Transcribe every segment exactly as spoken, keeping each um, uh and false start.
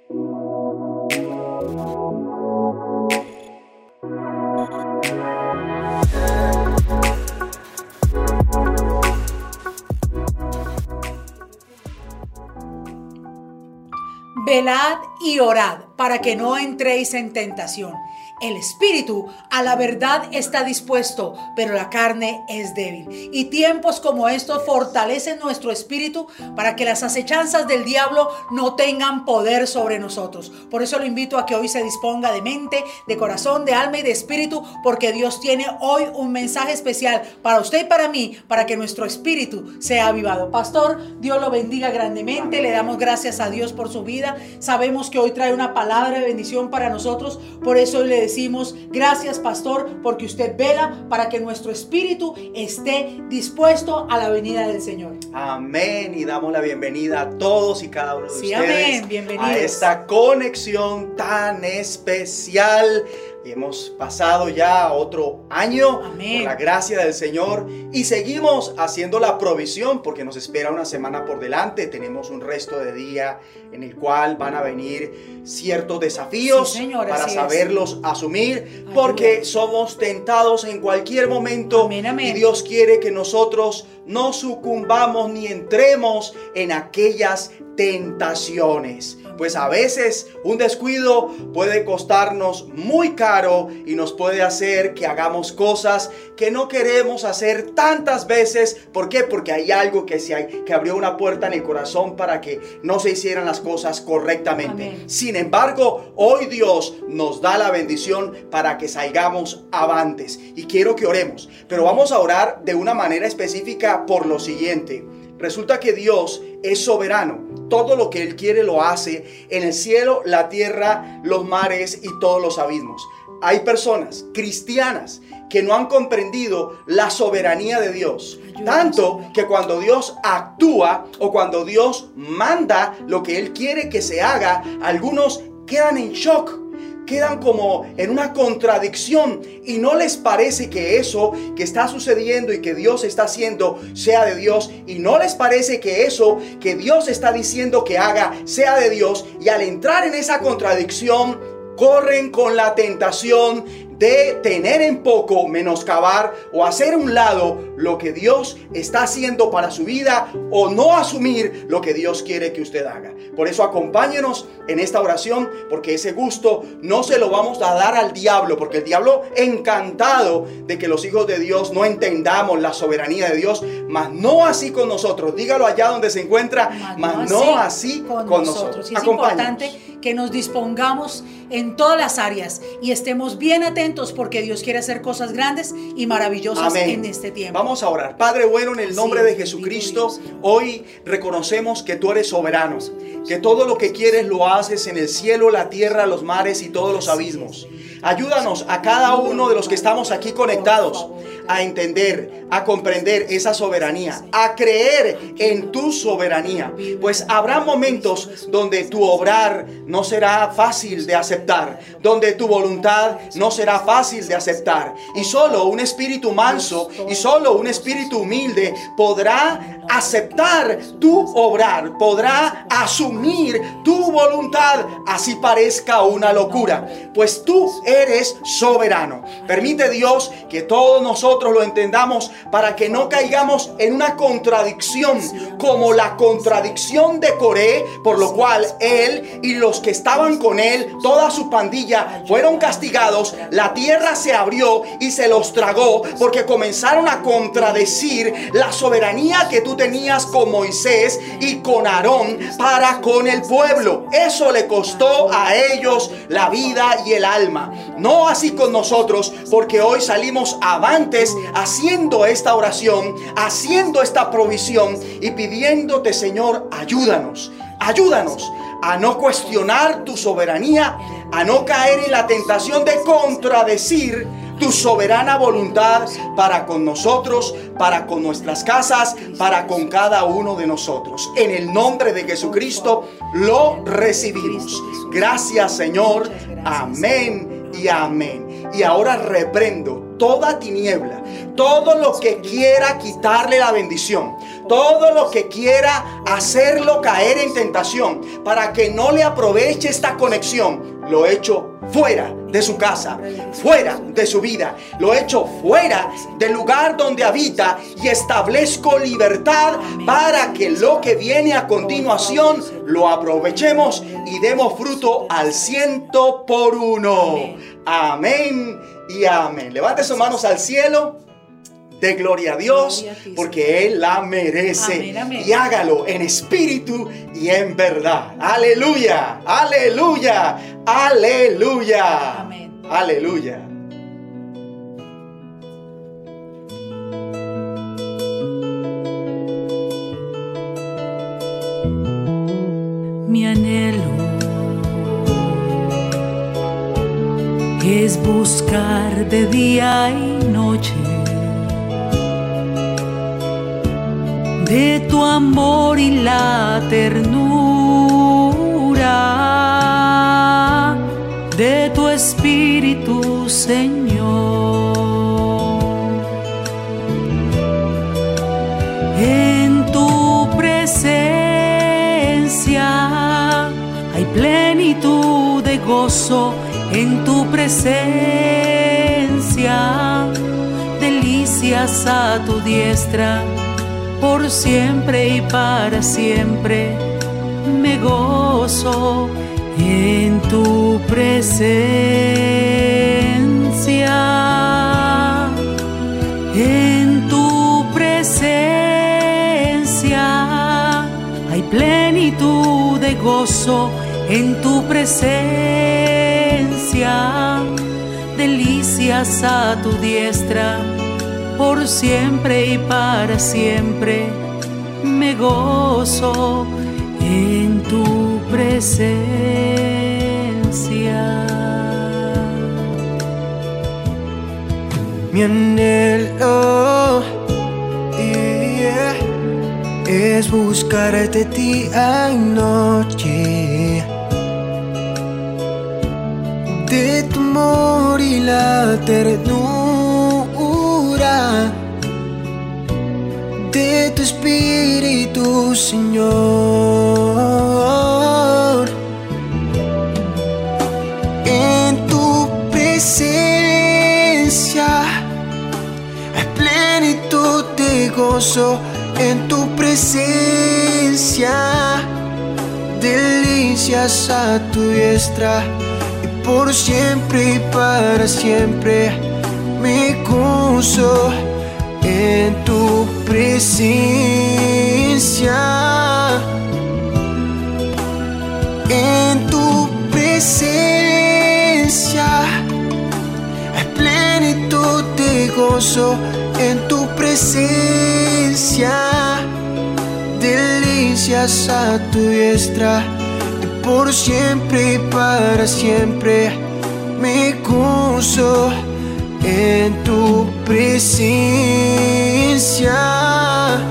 Velad y orad para que no entréis en tentación. El espíritu a la verdad está dispuesto, pero la carne es débil. Y tiempos como estos fortalecen nuestro espíritu para que las acechanzas del diablo no tengan poder sobre nosotros. Por eso lo invito a que hoy se disponga de mente, de corazón, de alma y de espíritu, porque Dios tiene hoy un mensaje especial para usted y para mí, para que nuestro espíritu sea avivado. Pastor, Dios lo bendiga grandemente. Le damos gracias a Dios por su vida. Sabemos que hoy trae una palabra de bendición para nosotros. Por eso hoy le decimos gracias, pastor, porque usted vela para que nuestro espíritu esté dispuesto a la venida del Señor. Amén. Y damos la bienvenida a todos y cada uno de sí, ustedes amén. Bienvenidos a esta conexión tan especial. Y hemos pasado ya otro año Amén. Por la gracia del Señor y seguimos haciendo la provisión porque nos espera una semana por delante. Tenemos un resto de día en el cual van a venir ciertos desafíos sí, señor, para saberlos es. asumir porque Ayuda. somos tentados en cualquier momento. Amén, amén. Y Dios quiere que nosotros no sucumbamos ni entremos en aquellas tentaciones. Pues a veces un descuido puede costarnos muy caro y nos puede hacer que hagamos cosas que no queremos hacer tantas veces. ¿Por qué? Porque hay algo que, se hay, que abrió una puerta en el corazón para que no se hicieran las cosas correctamente. Amén. Sin embargo, hoy Dios nos da la bendición para que salgamos avantes. Y quiero que oremos, pero vamos a orar de una manera específica por lo siguiente. Resulta que Dios es soberano. Todo lo que Él quiere lo hace en el cielo, la tierra, los mares y todos los abismos. Hay personas cristianas que no han comprendido la soberanía de Dios. Tanto que cuando Dios actúa o cuando Dios manda lo que Él quiere que se haga, algunos quedan en shock. Quedan como en una contradicción y no les parece que eso que está sucediendo y que Dios está haciendo sea de Dios, y no les parece que eso que Dios está diciendo que haga sea de Dios, y al entrar en esa contradicción corren con la tentación de tener en poco, menoscabar o hacer a un lado lo que Dios está haciendo para su vida, o no asumir lo que Dios quiere que usted haga. Por eso acompáñenos en esta oración, porque ese gusto no se lo vamos a dar al diablo, porque el diablo encantado de que los hijos de Dios no entendamos la soberanía de Dios, mas no así con nosotros. Dígalo allá donde se encuentra, mas, mas no, no así con, con nosotros. nosotros. Y es importante que nos dispongamos en todas las áreas y estemos bien atentos, porque Dios quiere hacer cosas grandes y maravillosas Amén. En este tiempo. Vamos a orar. Padre bueno, en el nombre sí, de Jesucristo, hoy reconocemos que tú eres soberano, que todo lo que quieres lo haces en el cielo, la tierra, los mares y todos los abismos. Ayúdanos a cada uno de los que estamos aquí conectados a entender, a comprender esa soberanía, a creer en tu soberanía. Pues habrá momentos donde tu obrar no será fácil de aceptar, donde tu voluntad no será fácil de aceptar. Y solo un espíritu manso y solo un espíritu humilde podrá aceptar tu obrar, podrá asumir tu voluntad, así parezca una locura. Pues tú eres soberano. Permite, Dios, que todos nosotros lo entendamos para que no caigamos en una contradicción como la contradicción de Coré, por lo cual él y los que estaban con él, toda su pandilla, fueron castigados. La tierra se abrió y se los tragó porque comenzaron a contradecir la soberanía que tú tenías con Moisés y con Aarón para con el pueblo. Eso le costó a ellos la vida y el alma. No así con nosotros, porque hoy salimos avantes haciendo esta oración, haciendo esta provisión y pidiéndote, Señor, ayúdanos, ayúdanos a no cuestionar tu soberanía, a no caer en la tentación de contradecir tu soberana voluntad para con nosotros, para con nuestras casas, para con cada uno de nosotros. En el nombre de Jesucristo lo recibimos. Gracias, Señor. Amén y amén. Y ahora reprendo toda tiniebla, todo lo que quiera quitarle la bendición, Todo lo que quiera hacerlo caer en tentación para que no le aproveche esta conexión, lo echo fuera de su casa, fuera de su vida. Lo echo fuera del lugar donde habita y establezco libertad para que lo que viene a continuación lo aprovechemos y demos fruto al ciento por uno. Amén y amén. Levante sus manos al cielo. De gloria a Dios, gloria a ti, porque Él la merece. Amén, amén. Y hágalo en espíritu y en verdad. Aleluya, aleluya, aleluya. Amén. Aleluya. Mi anhelo es buscar de día y noche de tu amor y la ternura de tu espíritu, Señor. En tu presencia hay plenitud de gozo, en tu presencia delicias a tu diestra. Por siempre y para siempre me gozo en tu presencia. En tu presencia hay plenitud de gozo, en tu presencia delicias a tu diestra. Por siempre y para siempre me gozo en tu presencia. Mi anhelo, yeah, es buscarte día y noche, de tu amor y la ternura de tu espíritu, Señor. En tu presencia hay plenitud de gozo, en tu presencia delicias a tu diestra. Y por siempre y para siempre me gozo en tu presencia. En tu presencia hay plenitud de gozo, en tu presencia delicias a tu diestra. Y por siempre y para siempre me gozo en tu presencia.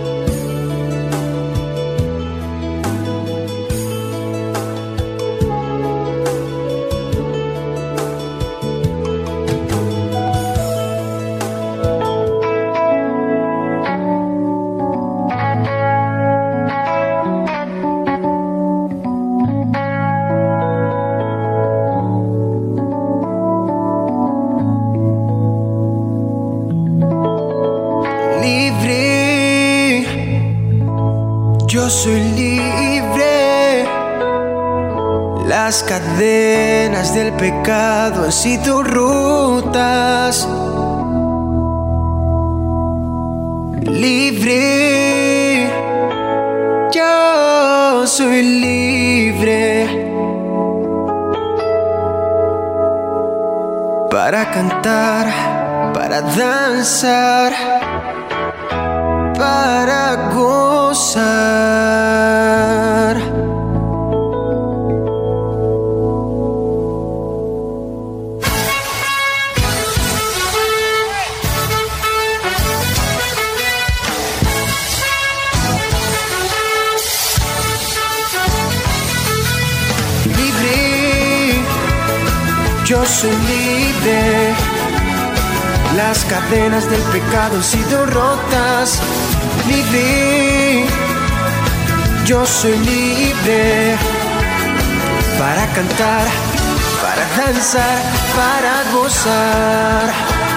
Yo soy libre, las cadenas del pecado han sido rotas. Libre, yo soy libre para cantar, para danzar, para gozar. Libre, yo soy libre Las cadenas del pecado han sido rotas. Libre, yo soy libre. Para cantar, para danzar, para gozar.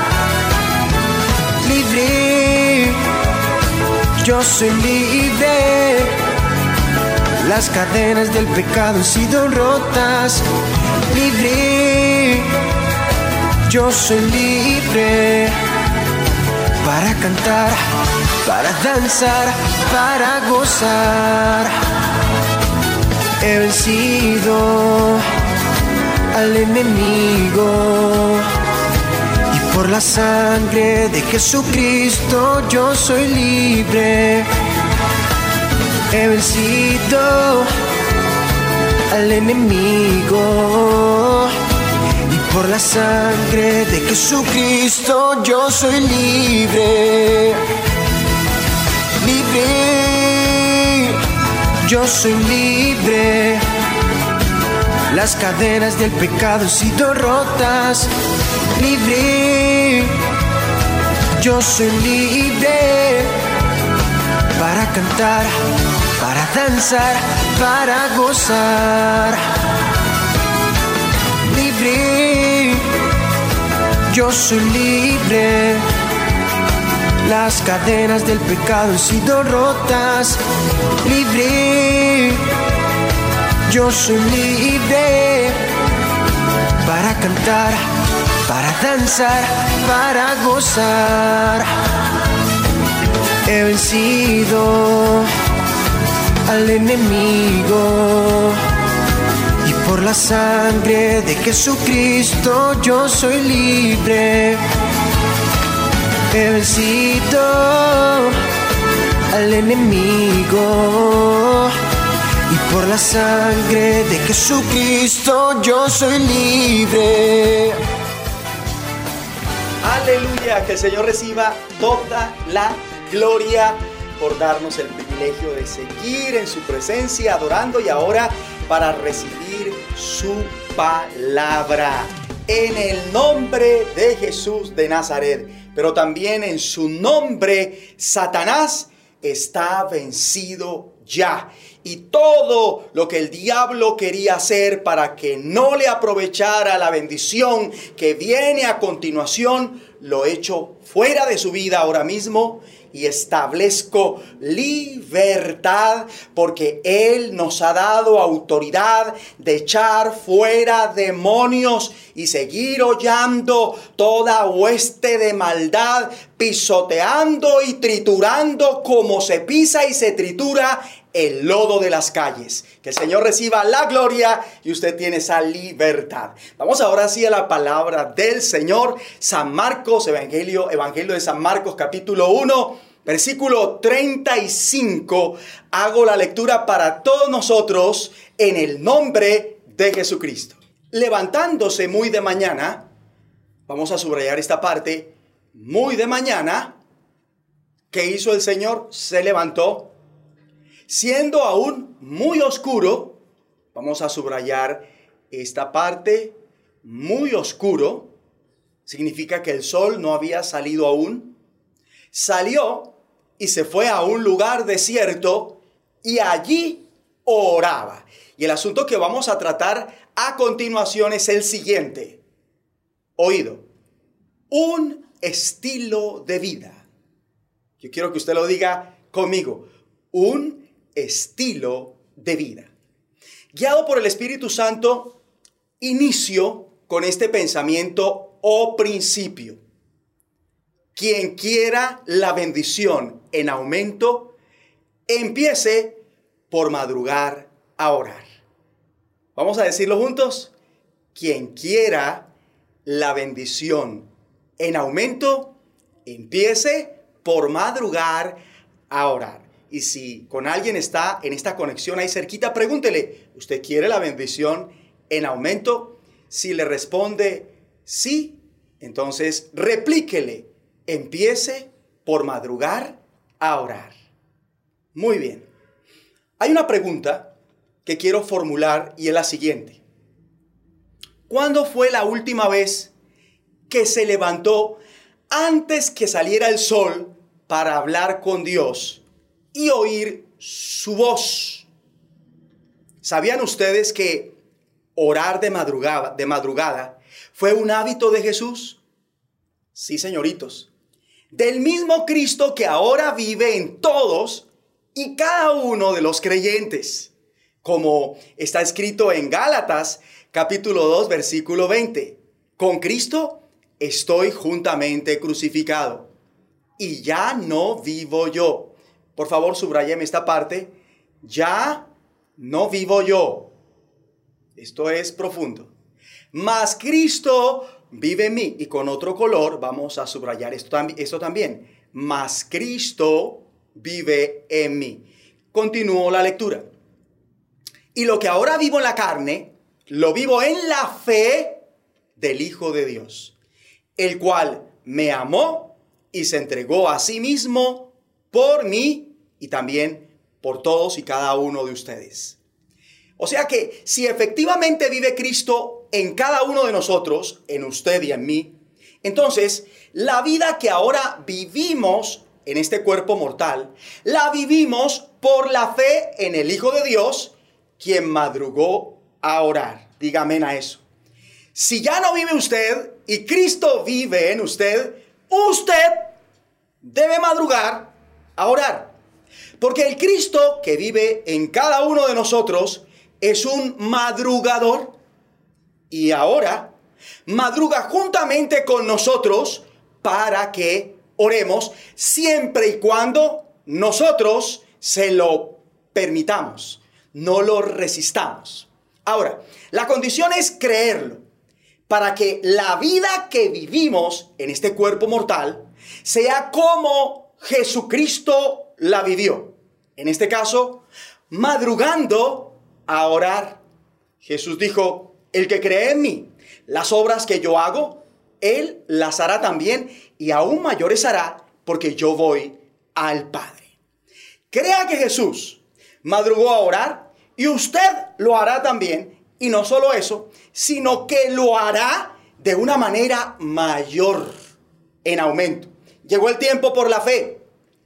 Libre, yo soy libre. Las cadenas del pecado han sido rotas. Libre, yo soy libre. Para cantar, para danzar, para gozar. He vencido al enemigo y por la sangre de Jesucristo yo soy libre. He vencido al enemigo y por la sangre de Jesucristo yo soy libre. Libre, yo soy libre. Las cadenas del pecado han sido rotas. Libre, yo soy libre. Para cantar, para danzar, para gozar. Libre, yo soy libre. Las cadenas del pecado han sido rotas. Libre, yo soy libre. Para cantar, para danzar, para gozar. He vencido al enemigo y por la sangre de Jesucristo yo soy libre. He vencido al enemigo y por la sangre de Jesucristo yo soy libre. Aleluya, que el Señor reciba toda la gloria por darnos el privilegio de seguir en su presencia, adorando, y ahora para recibir su palabra. En el nombre de Jesús de Nazaret, pero también en su nombre, Satanás está vencido ya. Y todo lo que el diablo quería hacer para que no le aprovechara la bendición que viene a continuación, lo echo fuera de su vida ahora mismo. Y establezco libertad, porque Él nos ha dado autoridad de echar fuera demonios y seguir hollando toda hueste de maldad, pisoteando y triturando como se pisa y se tritura el lodo de las calles. Que el Señor reciba la gloria y usted tiene esa libertad. Vamos ahora sí a la palabra del Señor. San Marcos, Evangelio, Evangelio de San Marcos, capítulo uno, versículo treinta y cinco. Hago la lectura para todos nosotros en el nombre de Jesucristo. Levantándose muy de mañana, vamos a subrayar esta parte, muy de mañana, ¿qué hizo el Señor? Se levantó. Siendo aún muy oscuro, vamos a subrayar esta parte, muy oscuro, significa que el sol no había salido aún. Salió y se fue a un lugar desierto y allí oraba. Y el asunto que vamos a tratar a continuación es el siguiente. Oído, un estilo de vida. Yo quiero que usted lo diga conmigo. Un estilo de vida. Guiado por el Espíritu Santo, inicio con este pensamiento o principio. Quien quiera la bendición en aumento, empiece por madrugar a orar. Vamos a decirlo juntos. Quien quiera la bendición en aumento, empiece por madrugar a orar. Y si con alguien está en esta conexión ahí cerquita, pregúntele, ¿usted quiere la bendición en aumento? Si le responde sí, entonces replíquele, empiece por madrugar a orar. Muy bien. Hay una pregunta que quiero formular y es la siguiente. ¿Cuándo fue la última vez que se levantó antes que saliera el sol para hablar con Dios y oír su voz. ¿Sabían ustedes que orar de madrugada, de madrugada fue un hábito de Jesús? Sí, señoritos. Del mismo Cristo que ahora vive en todos y cada uno de los creyentes. Como está escrito en Gálatas, capítulo dos, versículo veinte. Con Cristo estoy juntamente crucificado. Y ya no vivo yo. Por favor, subrayeme esta parte. Ya no vivo yo. Esto es profundo. Mas Cristo vive en mí. Y con otro color vamos a subrayar esto, esto también. Mas Cristo vive en mí. Continúo la lectura. Y lo que ahora vivo en la carne, lo vivo en la fe del Hijo de Dios, el cual me amó y se entregó a sí mismo por mí y también por todos y cada uno de ustedes. O sea que si efectivamente vive Cristo en cada uno de nosotros, en usted y en mí, entonces la vida que ahora vivimos en este cuerpo mortal, la vivimos por la fe en el Hijo de Dios, quien madrugó a orar. Dígame a eso. Si ya no vive usted y Cristo vive en usted, usted debe madrugar a orar. Porque el Cristo que vive en cada uno de nosotros es un madrugador y ahora madruga juntamente con nosotros para que oremos siempre y cuando nosotros se lo permitamos, no lo resistamos. Ahora, la condición es creerlo para que la vida que vivimos en este cuerpo mortal sea como Jesucristo la vivió. En este caso, madrugando a orar. Jesús dijo, el que cree en mí, las obras que yo hago, él las hará también y aún mayores hará porque yo voy al Padre. Crea que Jesús madrugó a orar y usted lo hará también. Y no solo eso, sino que lo hará de una manera mayor, en aumento. Llegó el tiempo por la fe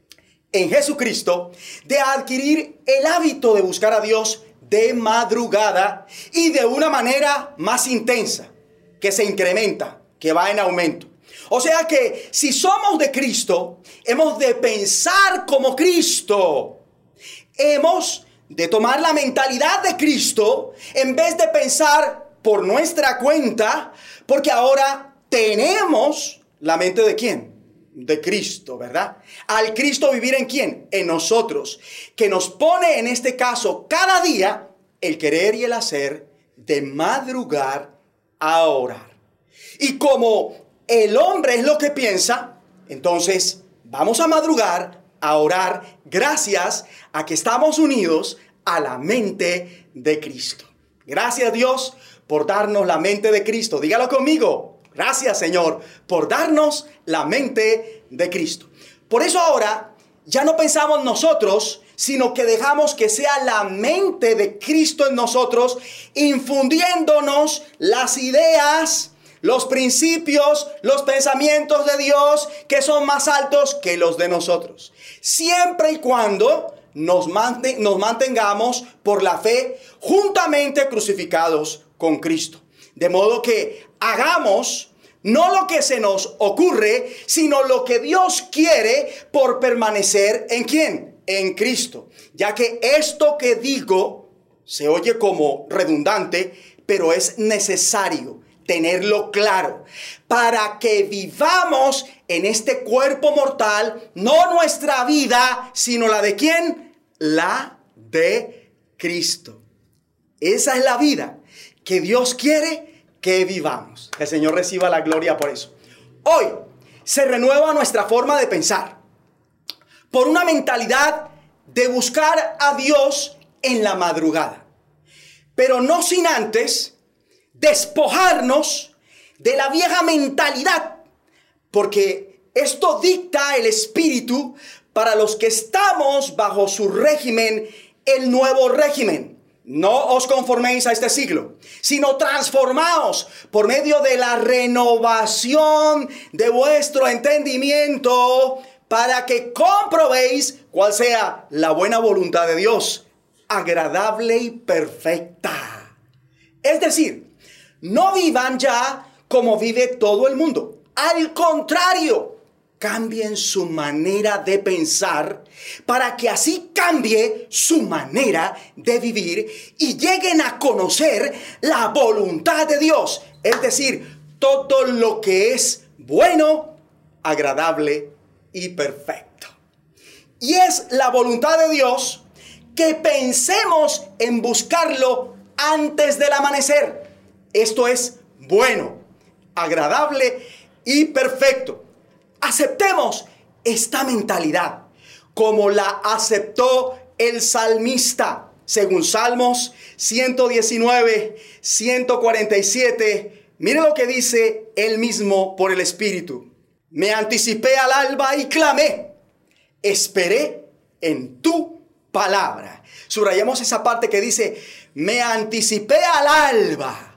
en Jesucristo de adquirir el hábito de buscar a Dios de madrugada y de una manera más intensa, que se incrementa, que va en aumento. O sea que si somos de Cristo, hemos de pensar como Cristo. Hemos de tomar la mentalidad de Cristo en vez de pensar por nuestra cuenta, porque ahora tenemos la mente de ¿quién? De Cristo, ¿verdad? Al Cristo vivir en ¿quién? En nosotros, que nos pone en este caso cada día el querer y el hacer de madrugar a orar. Y como el hombre es lo que piensa, entonces vamos a madrugar a orar gracias a que estamos unidos a la mente de Cristo. Gracias, Dios, por darnos la mente de Cristo. Dígalo conmigo. Gracias, Señor, por darnos la mente de Cristo. Por eso ahora ya no pensamos nosotros, sino que dejamos que sea la mente de Cristo en nosotros, infundiéndonos las ideas, los principios, los pensamientos de Dios que son más altos que los de nosotros. Siempre y cuando nos, manten, nos mantengamos por la fe juntamente crucificados con Cristo. De modo que hagamos no lo que se nos ocurre, sino lo que Dios quiere por permanecer en ¿quién? En Cristo. Ya que esto que digo se oye como redundante, pero es necesario tenerlo claro para que vivamos en este cuerpo mortal, no nuestra vida, sino la de ¿quién? La de Cristo. Esa es la vida que Dios quiere que vivamos. Que el Señor reciba la gloria por eso. Hoy se renueva nuestra forma de pensar por una mentalidad de buscar a Dios en la madrugada, pero no sin antes despojarnos de la vieja mentalidad, porque esto dicta el Espíritu para los que estamos bajo su régimen, el nuevo régimen. No os conforméis a este siglo, sino transformaos por medio de la renovación de vuestro entendimiento, para que comprobéis cuál sea la buena voluntad de Dios, agradable y perfecta. Es decir, no vivan ya como vive todo el mundo. Al contrario, cambien su manera de pensar para que así cambie su manera de vivir y lleguen a conocer la voluntad de Dios. Es decir, todo lo que es bueno, agradable y perfecto. Y es la voluntad de Dios que pensemos en buscarlo antes del amanecer. Esto es bueno, agradable y perfecto. Aceptemos esta mentalidad como la aceptó el salmista, según Salmos ciento diecinueve, ciento cuarenta y siete. Mire lo que dice él mismo por el Espíritu. Me anticipé al alba y clamé, esperé en tu palabra. Subrayemos esa parte que dice, me anticipé al alba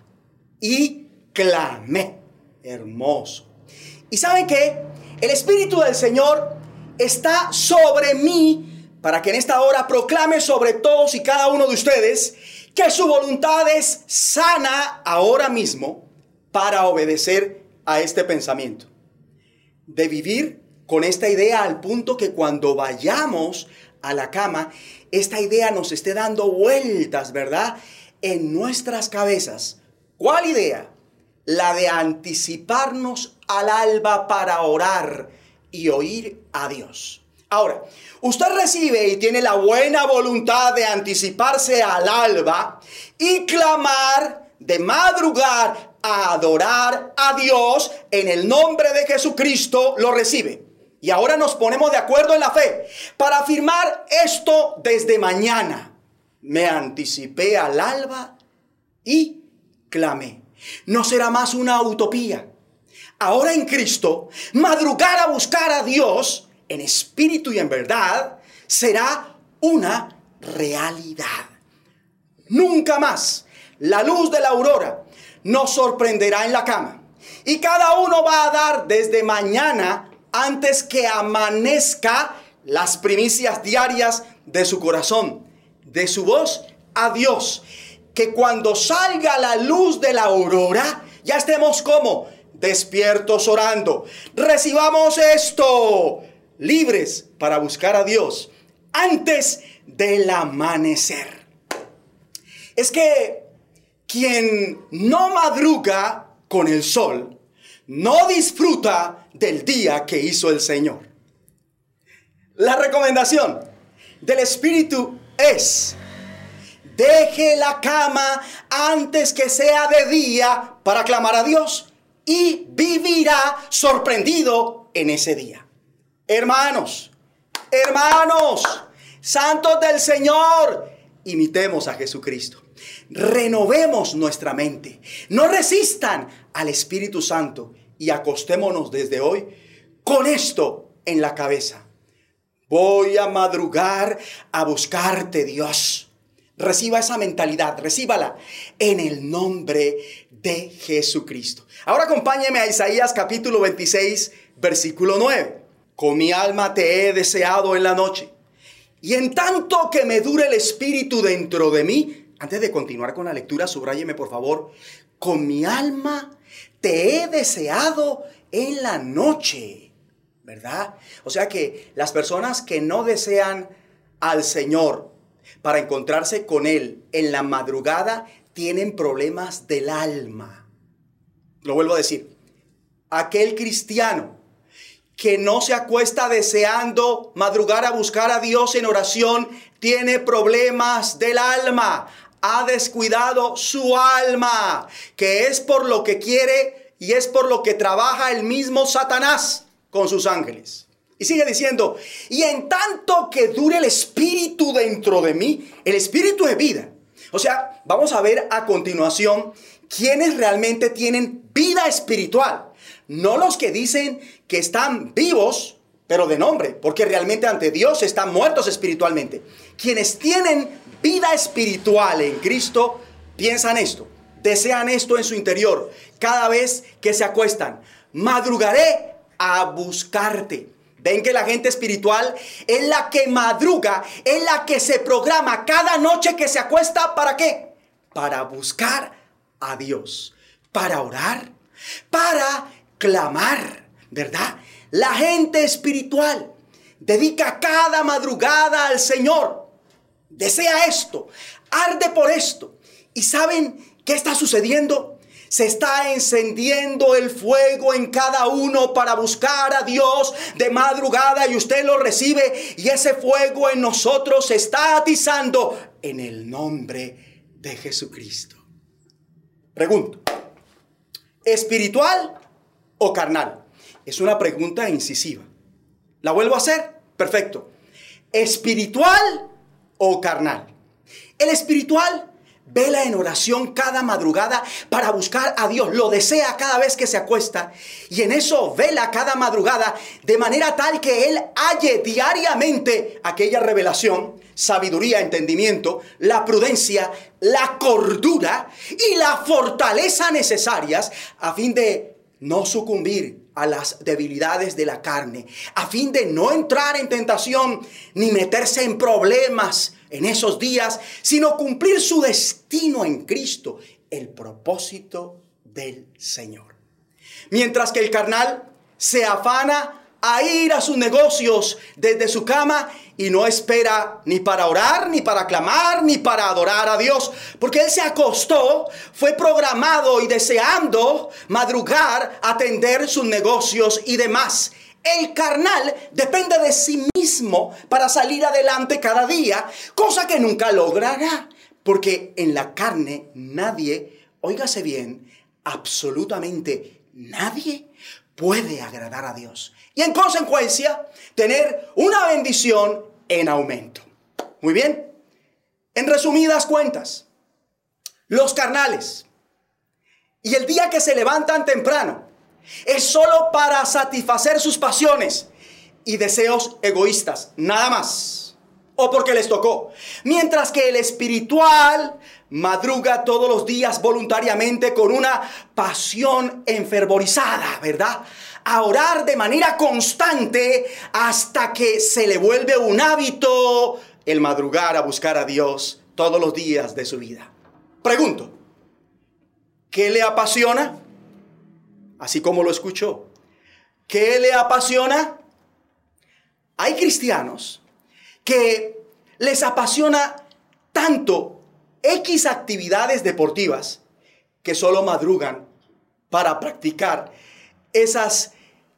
y clamé. Hermoso. ¿Y saben qué? El Espíritu del Señor está sobre mí para que en esta hora proclame sobre todos y cada uno de ustedes que su voluntad es sana ahora mismo para obedecer a este pensamiento. De vivir con esta idea al punto que cuando vayamos a la cama, esta idea nos esté dando vueltas, ¿verdad? En nuestras cabezas. ¿Cuál idea? La de anticiparnos al alba para orar y oír a Dios. Ahora, usted recibe y tiene la buena voluntad de anticiparse al alba y clamar, de madrugar, a adorar a Dios en el nombre de Jesucristo, lo recibe. Y ahora nos ponemos de acuerdo en la fe para afirmar esto desde mañana. Me anticipé al alba y clamé. No será más una utopía. Ahora en Cristo, madrugar a buscar a Dios en espíritu y en verdad será una realidad. Nunca más la luz de la aurora nos sorprenderá en la cama. Y cada uno va a dar desde mañana, antes que amanezca, las primicias diarias de su corazón, de su voz a Dios. Que cuando salga la luz de la aurora, ya estemos como despiertos orando. Recibamos esto, libres para buscar a Dios antes del amanecer. Es que quien no madruga con el sol, no disfruta del día que hizo el Señor. La recomendación del Espíritu es: deje la cama antes que sea de día para clamar a Dios y vivirá sorprendido en ese día. Hermanos, hermanos, santos del Señor, imitemos a Jesucristo. Renovemos nuestra mente. No resistan al Espíritu Santo y acostémonos desde hoy con esto en la cabeza. Voy a madrugar a buscarte, Dios. Reciba esa mentalidad, recíbala en el nombre de Jesucristo. Ahora acompáñeme a Isaías capítulo veintiséis, versículo nueve. Con mi alma te he deseado en la noche, y en tanto que me dure el espíritu dentro de mí. Antes de continuar con la lectura, subráyeme por favor. Con mi alma te he deseado en la noche, ¿verdad? O sea que las personas que no desean al Señor para encontrarse con Él en la madrugada tienen problemas del alma. Lo vuelvo a decir. Aquel cristiano que no se acuesta deseando madrugar a buscar a Dios en oración tiene problemas del alma. Ha descuidado su alma, que es por lo que quiere y es por lo que trabaja el mismo Satanás con sus ángeles. Y sigue diciendo, y en tanto que dure el espíritu dentro de mí, el espíritu es vida. O sea, vamos a ver a continuación quiénes realmente tienen vida espiritual. No los que dicen que están vivos, pero de nombre, porque realmente ante Dios están muertos espiritualmente. Quienes tienen vida espiritual en Cristo piensan esto, desean esto en su interior cada vez que se acuestan. Madrugaré a buscarte. Ven que la gente espiritual es la que madruga, es la que se programa cada noche que se acuesta. ¿Para qué? Para buscar a Dios, para orar, para clamar, ¿verdad? La gente espiritual dedica cada madrugada al Señor. Desea esto, arde por esto. ¿Y saben qué está sucediendo? Se está encendiendo el fuego en cada uno para buscar a Dios de madrugada, y usted lo recibe, y ese fuego en nosotros se está atizando en el nombre de Jesucristo. Pregunto, ¿espiritual o carnal? Es una pregunta incisiva. ¿La vuelvo a hacer? Perfecto. ¿Espiritual o carnal? El espiritual vela en oración cada madrugada para buscar a Dios. Lo desea cada vez que se acuesta. Y en eso vela cada madrugada de manera tal que él halle diariamente aquella revelación, sabiduría, entendimiento, la prudencia, la cordura y la fortaleza necesarias a fin de no sucumbir a las debilidades de la carne, a fin de no entrar en tentación ni meterse en problemas en esos días, sino cumplir su destino en Cristo, el propósito del Señor. Mientras que el carnal se afana a ir a sus negocios desde su cama y no espera ni para orar, ni para clamar, ni para adorar a Dios, porque él se acostó, fue programado y deseando madrugar, atender sus negocios y demás. El carnal depende de sí mismo para salir adelante cada día, cosa que nunca logrará, porque en la carne nadie, óigase bien, absolutamente nadie puede agradar a Dios y en consecuencia tener una bendición en aumento. Muy bien, en resumidas cuentas, los carnales y el día que se levantan temprano es solo para satisfacer sus pasiones y deseos egoístas, nada más, o porque les tocó. Mientras que el espiritual madruga todos los días voluntariamente con una pasión enfervorizada, ¿verdad? A orar de manera constante hasta que se le vuelve un hábito el madrugar a buscar a Dios todos los días de su vida. Pregunto, ¿qué le apasiona? Así como lo escuchó. ¿Qué le apasiona? Hay cristianos que les apasiona tanto X actividades deportivas que solo madrugan para practicar esas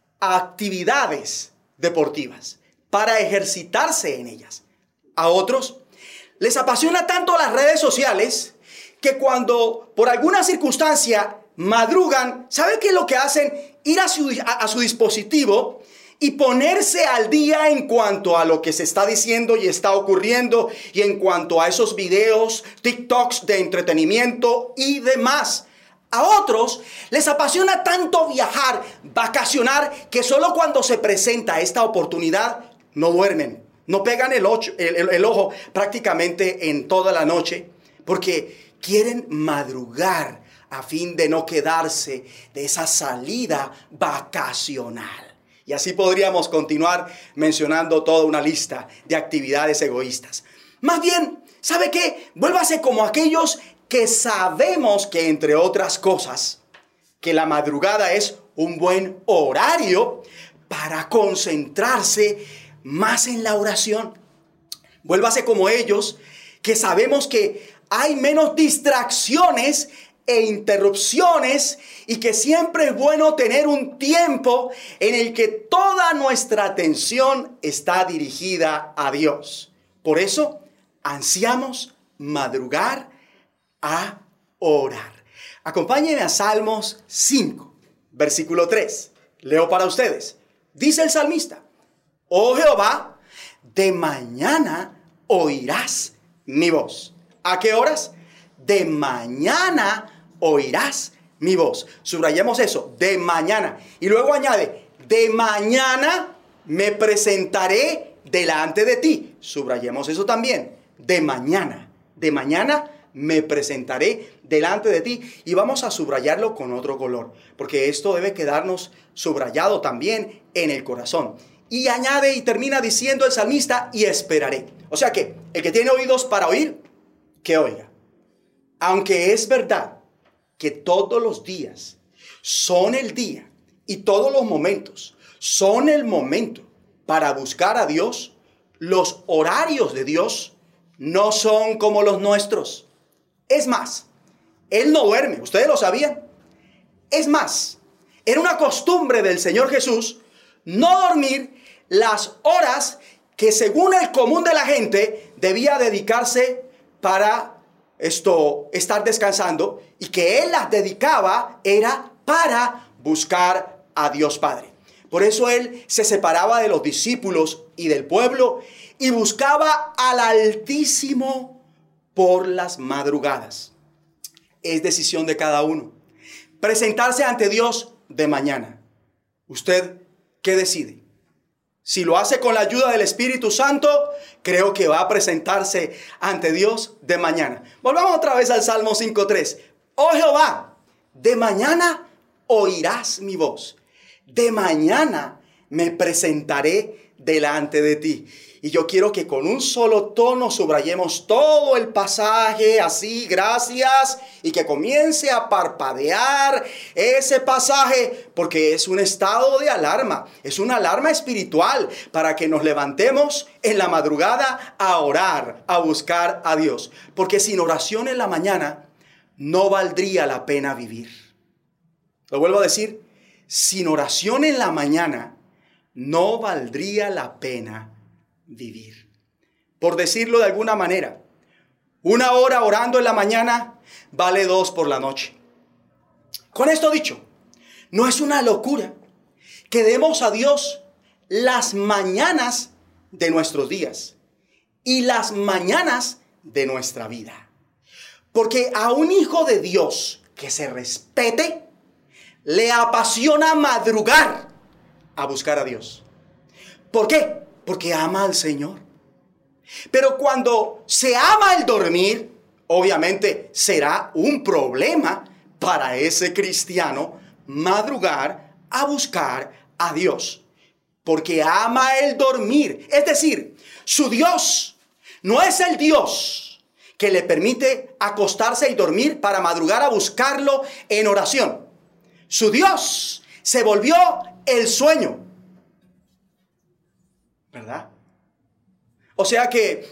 actividades deportivas, para ejercitarse en ellas. A otros les apasiona tanto las redes sociales que cuando por alguna circunstancia madrugan, ¿sabe qué es lo que hacen? Ir a su, a, a su dispositivo y ponerse al día en cuanto a lo que se está diciendo y está ocurriendo, y en cuanto a esos videos, TikToks de entretenimiento y demás. A otros les apasiona tanto viajar, vacacionar, que solo cuando se presenta esta oportunidad no duermen, no pegan el, ocho, el, el, el ojo prácticamente en toda la noche, porque quieren madrugar a fin de no quedarse de esa salida vacacional. Y así podríamos continuar mencionando toda una lista de actividades egoístas. Más bien, ¿sabe qué? Vuélvase como aquellos que sabemos que, entre otras cosas, que la madrugada es un buen horario para concentrarse más en la oración. Vuélvase como ellos que sabemos que hay menos distracciones e interrupciones, y que siempre es bueno tener un tiempo en el que toda nuestra atención está dirigida a Dios. Por eso ansiamos madrugar a orar. Acompáñenme a Salmos cinco, versículo tres. Leo para ustedes. Dice el salmista: oh Jehová, de mañana oirás mi voz. ¿A qué horas? De mañana oirás mi voz. Subrayemos eso, de mañana. Y luego añade: de mañana me presentaré delante de ti. Subrayemos eso también, de mañana. de mañana me presentaré delante de ti. Y vamos a subrayarlo con otro color, porque esto debe quedarnos subrayado también en el corazón. Y añade y termina diciendo el salmista, y esperaré. O sea que el que tiene oídos para oír, que oiga. Aunque es verdad que todos los días son el día y todos los momentos son el momento para buscar a Dios, los horarios de Dios no son como los nuestros. Es más, Él no duerme, ¿ustedes lo sabían? Es más, era una costumbre del Señor Jesús no dormir las horas que según el común de la gente debía dedicarse para esto, estar descansando, y que Él las dedicaba era para buscar a Dios Padre. Por eso Él se separaba de los discípulos y del pueblo y buscaba al Altísimo por las madrugadas. Es decisión de cada uno presentarse ante Dios de mañana. ¿Usted qué decide? Si lo hace con la ayuda del Espíritu Santo, creo que va a presentarse ante Dios de mañana. Volvamos otra vez al Salmo cinco tres. Oh Jehová, de mañana oirás mi voz. De mañana me presentaré delante de ti. Y yo quiero que con un solo tono subrayemos todo el pasaje así, gracias, y que comience a parpadear ese pasaje, porque es un estado de alarma, es una alarma espiritual para que nos levantemos en la madrugada a orar, a buscar a Dios. Porque sin oración en la mañana no valdría la pena vivir. Lo vuelvo a decir, sin oración en la mañana no valdría la pena vivir. Por decirlo de alguna manera, una hora orando en la mañana vale dos por la noche. Con esto dicho, no es una locura que demos a Dios las mañanas de nuestros días y las mañanas de nuestra vida. Porque a un hijo de Dios que se respete, le apasiona madrugar a buscar a Dios. ¿Por qué? Porque ama al Señor. Pero cuando se ama el dormir, obviamente será un problema para ese cristiano madrugar a buscar a Dios. Porque ama el dormir. Es decir, su Dios no es el Dios que le permite acostarse y dormir para madrugar a buscarlo en oración. Su Dios se volvió el sueño. ¿Verdad? O sea que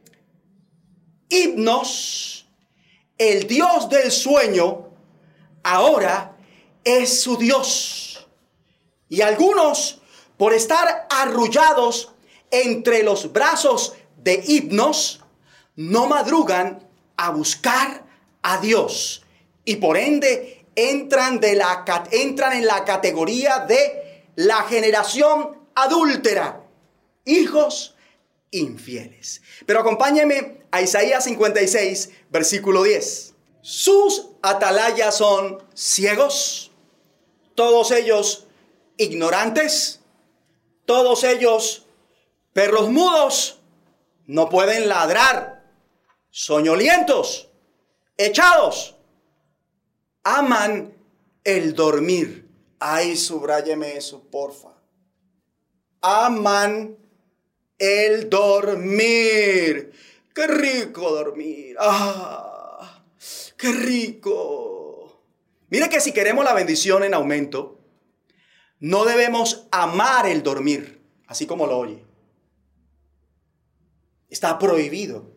Hipnos, el Dios del sueño, ahora es su Dios. Y algunos, por estar arrullados entre los brazos de Hipnos, no madrugan a buscar a Dios. Y por ende entran, de la, entran en la categoría de la generación adúltera. Hijos infieles. Pero acompáñenme a Isaías cincuenta y seis, versículo diez. Sus atalayas son ciegos, todos ellos ignorantes, todos ellos perros mudos, no pueden ladrar, soñolientos, echados, aman el dormir. Ay, subráyeme eso, porfa. Aman el dormir. Qué rico dormir. Ah, qué rico. Mire que si queremos la bendición en aumento, no debemos amar el dormir, así como lo oye. Está prohibido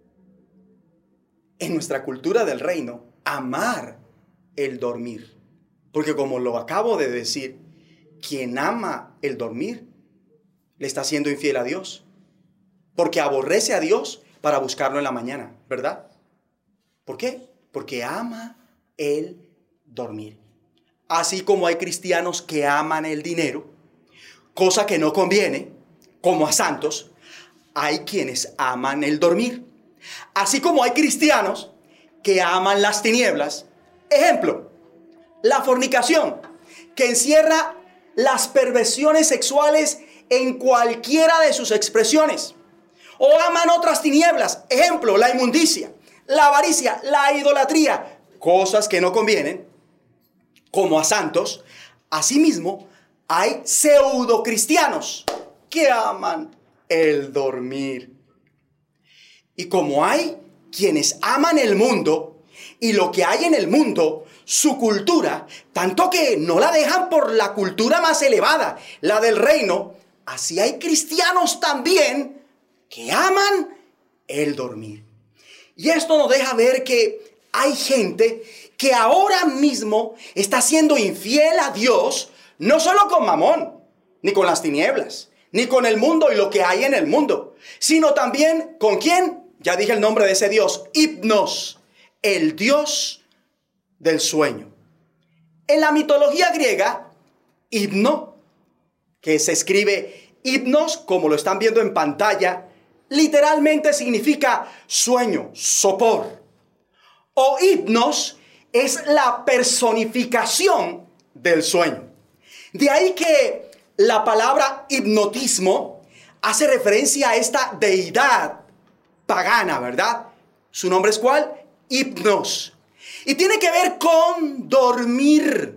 en nuestra cultura del reino amar el dormir. Porque como lo acabo de decir, quien ama el dormir le está siendo infiel a Dios. Porque aborrece a Dios para buscarlo en la mañana, ¿verdad? ¿Por qué? Porque ama el dormir. Así como hay cristianos que aman el dinero, cosa que no conviene, como a santos, hay quienes aman el dormir. Así como hay cristianos que aman las tinieblas. Ejemplo, la fornicación, que encierra las perversiones sexuales en cualquiera de sus expresiones. O aman otras tinieblas. Ejemplo, la inmundicia, la avaricia, la idolatría, cosas que no convienen, como a santos. Asimismo, hay pseudocristianos que aman el dormir. Y como hay quienes aman el mundo y lo que hay en el mundo, su cultura, tanto que no la dejan por la cultura más elevada, la del reino, así hay cristianos también que aman el dormir. Y esto nos deja ver que hay gente que ahora mismo está siendo infiel a Dios, no solo con Mamón, ni con las tinieblas, ni con el mundo y lo que hay en el mundo, sino también ¿con quién? Ya dije el nombre de ese Dios, Hipnos, el Dios del sueño. En la mitología griega, Hipno, que se escribe Hipnos, como lo están viendo en pantalla, literalmente significa sueño, sopor. O hipnos es la personificación del sueño. De ahí que la palabra hipnotismo hace referencia a esta deidad pagana, ¿verdad? ¿Su nombre es cuál? Hipnos. Y tiene que ver con dormir,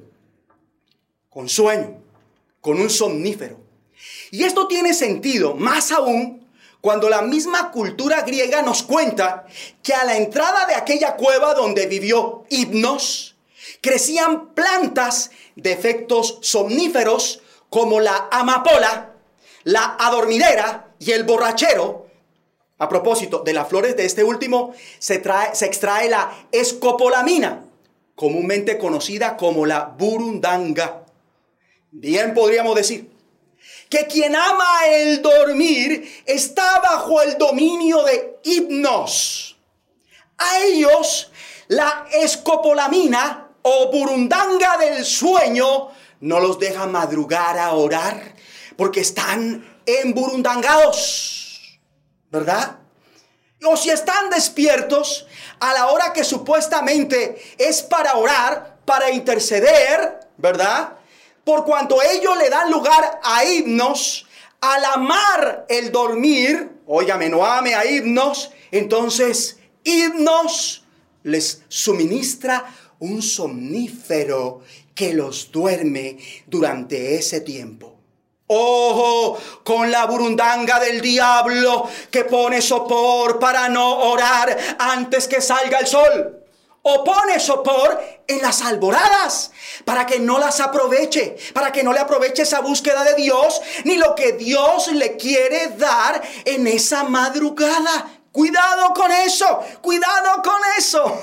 con sueño, con un somnífero. Y esto tiene sentido más aún cuando la misma cultura griega nos cuenta que a la entrada de aquella cueva donde vivió Hipnos, crecían plantas de efectos somníferos como la amapola, la adormidera y el borrachero. A propósito, de las flores de este último se, trae, se extrae la escopolamina, comúnmente conocida como la burundanga. Bien podríamos decir que quien ama el dormir está bajo el dominio de Hipnos. A ellos la escopolamina o burundanga del sueño no los deja madrugar a orar porque están emburundangados, ¿verdad? O si están despiertos a la hora que supuestamente es para orar, para interceder, ¿verdad? Por cuanto ellos le dan lugar a Hipnos, al amar el dormir, óigame, no ame a Hipnos, entonces Hipnos les suministra un somnífero que los duerme durante ese tiempo. Ojo con la burundanga del diablo que pone sopor para no orar antes que salga el sol. O pone sopor en las alboradas para que no las aproveche, para que no le aproveche esa búsqueda de Dios, ni lo que Dios le quiere dar en esa madrugada. Cuidado con eso, cuidado con eso.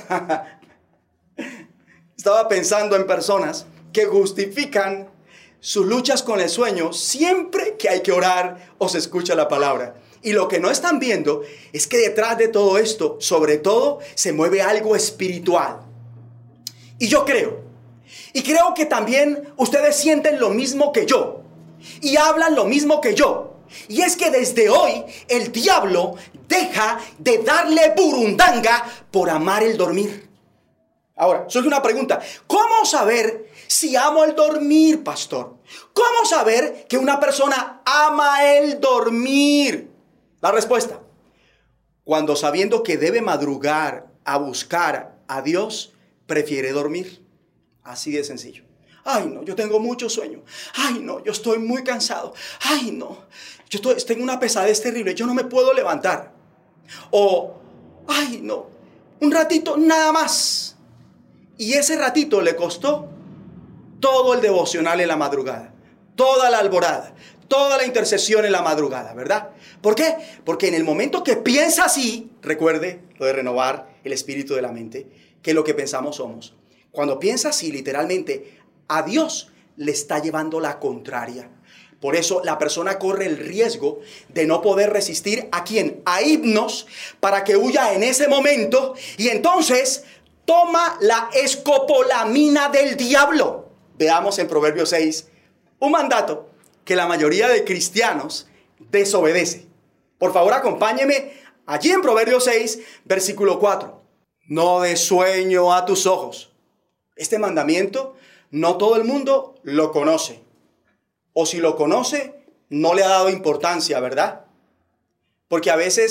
Estaba pensando en personas que justifican sus luchas con el sueño siempre que hay que orar o se escucha la palabra. Y lo que no están viendo es que detrás de todo esto, sobre todo, se mueve algo espiritual. Y yo creo, y creo que también ustedes sienten lo mismo que yo, y hablan lo mismo que yo. Y es que desde hoy el diablo deja de darle burundanga por amar el dormir. Ahora, surge una pregunta. ¿Cómo saber si amo el dormir, pastor? ¿Cómo saber que una persona ama el dormir? La respuesta: cuando sabiendo que debe madrugar a buscar a Dios, prefiere dormir. Así de sencillo. Ay, no, yo tengo mucho sueño. Ay, no, yo estoy muy cansado. Ay, no, yo estoy, tengo una pesadez terrible. Yo no me puedo levantar. O, ay, no, un ratito nada más. Y ese ratito le costó todo el devocional en la madrugada, toda la alborada, toda la intercesión en la madrugada, ¿verdad? ¿Por qué? Porque en el momento que piensa así, recuerde lo de renovar el espíritu de la mente, que lo que pensamos somos. Cuando piensa así, literalmente, a Dios le está llevando la contraria. Por eso la persona corre el riesgo de no poder resistir a quién, a Hipnos, para que huya en ese momento y entonces toma la escopolamina del diablo. Veamos en Proverbios seis un mandato que la mayoría de cristianos desobedece. Por favor, acompáñeme allí en Proverbios seis, versículo cuatro. No des sueño a tus ojos. Este mandamiento no todo el mundo lo conoce. O si lo conoce, no le ha dado importancia, ¿verdad? Porque a veces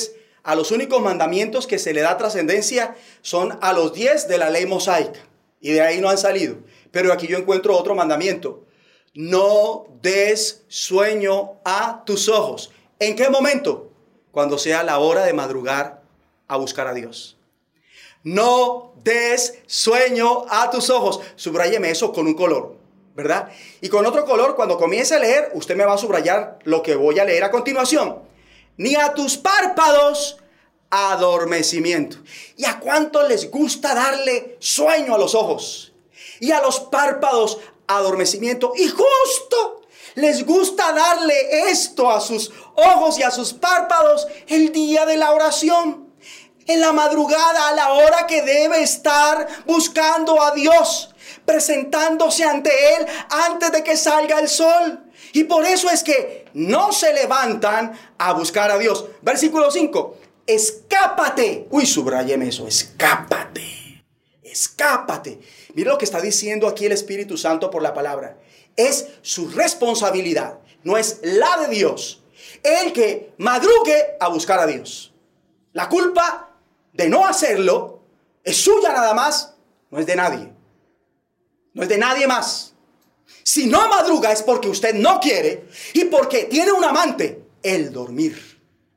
a los únicos mandamientos que se le da trascendencia son a los diez de la ley mosaica. Y de ahí no han salido. Pero aquí yo encuentro otro mandamiento. No des sueño a tus ojos. ¿En qué momento? Cuando sea la hora de madrugar a buscar a Dios. No des sueño a tus ojos. Subráyeme eso con un color, ¿verdad? Y con otro color, cuando comience a leer, usted me va a subrayar lo que voy a leer a continuación. Ni a tus párpados adormecimiento. ¿Y a cuánto les gusta darle sueño a los ojos? Y a los párpados adormecimiento. Y justo les gusta darle esto a sus ojos y a sus párpados el día de la oración. En la madrugada, a la hora que debe estar buscando a Dios, presentándose ante Él antes de que salga el sol. Y por eso es que no se levantan a buscar a Dios. Versículo cinco. Escápate. Uy, subráyeme eso. Escápate. Escápate. Mira lo que está diciendo aquí el Espíritu Santo por la palabra. Es su responsabilidad. No es la de Dios. El que madrugue a buscar a Dios. La culpa de no hacerlo es suya nada más. No es de nadie. No es de nadie más. Si no madruga es porque usted no quiere y porque tiene un amante, el dormir.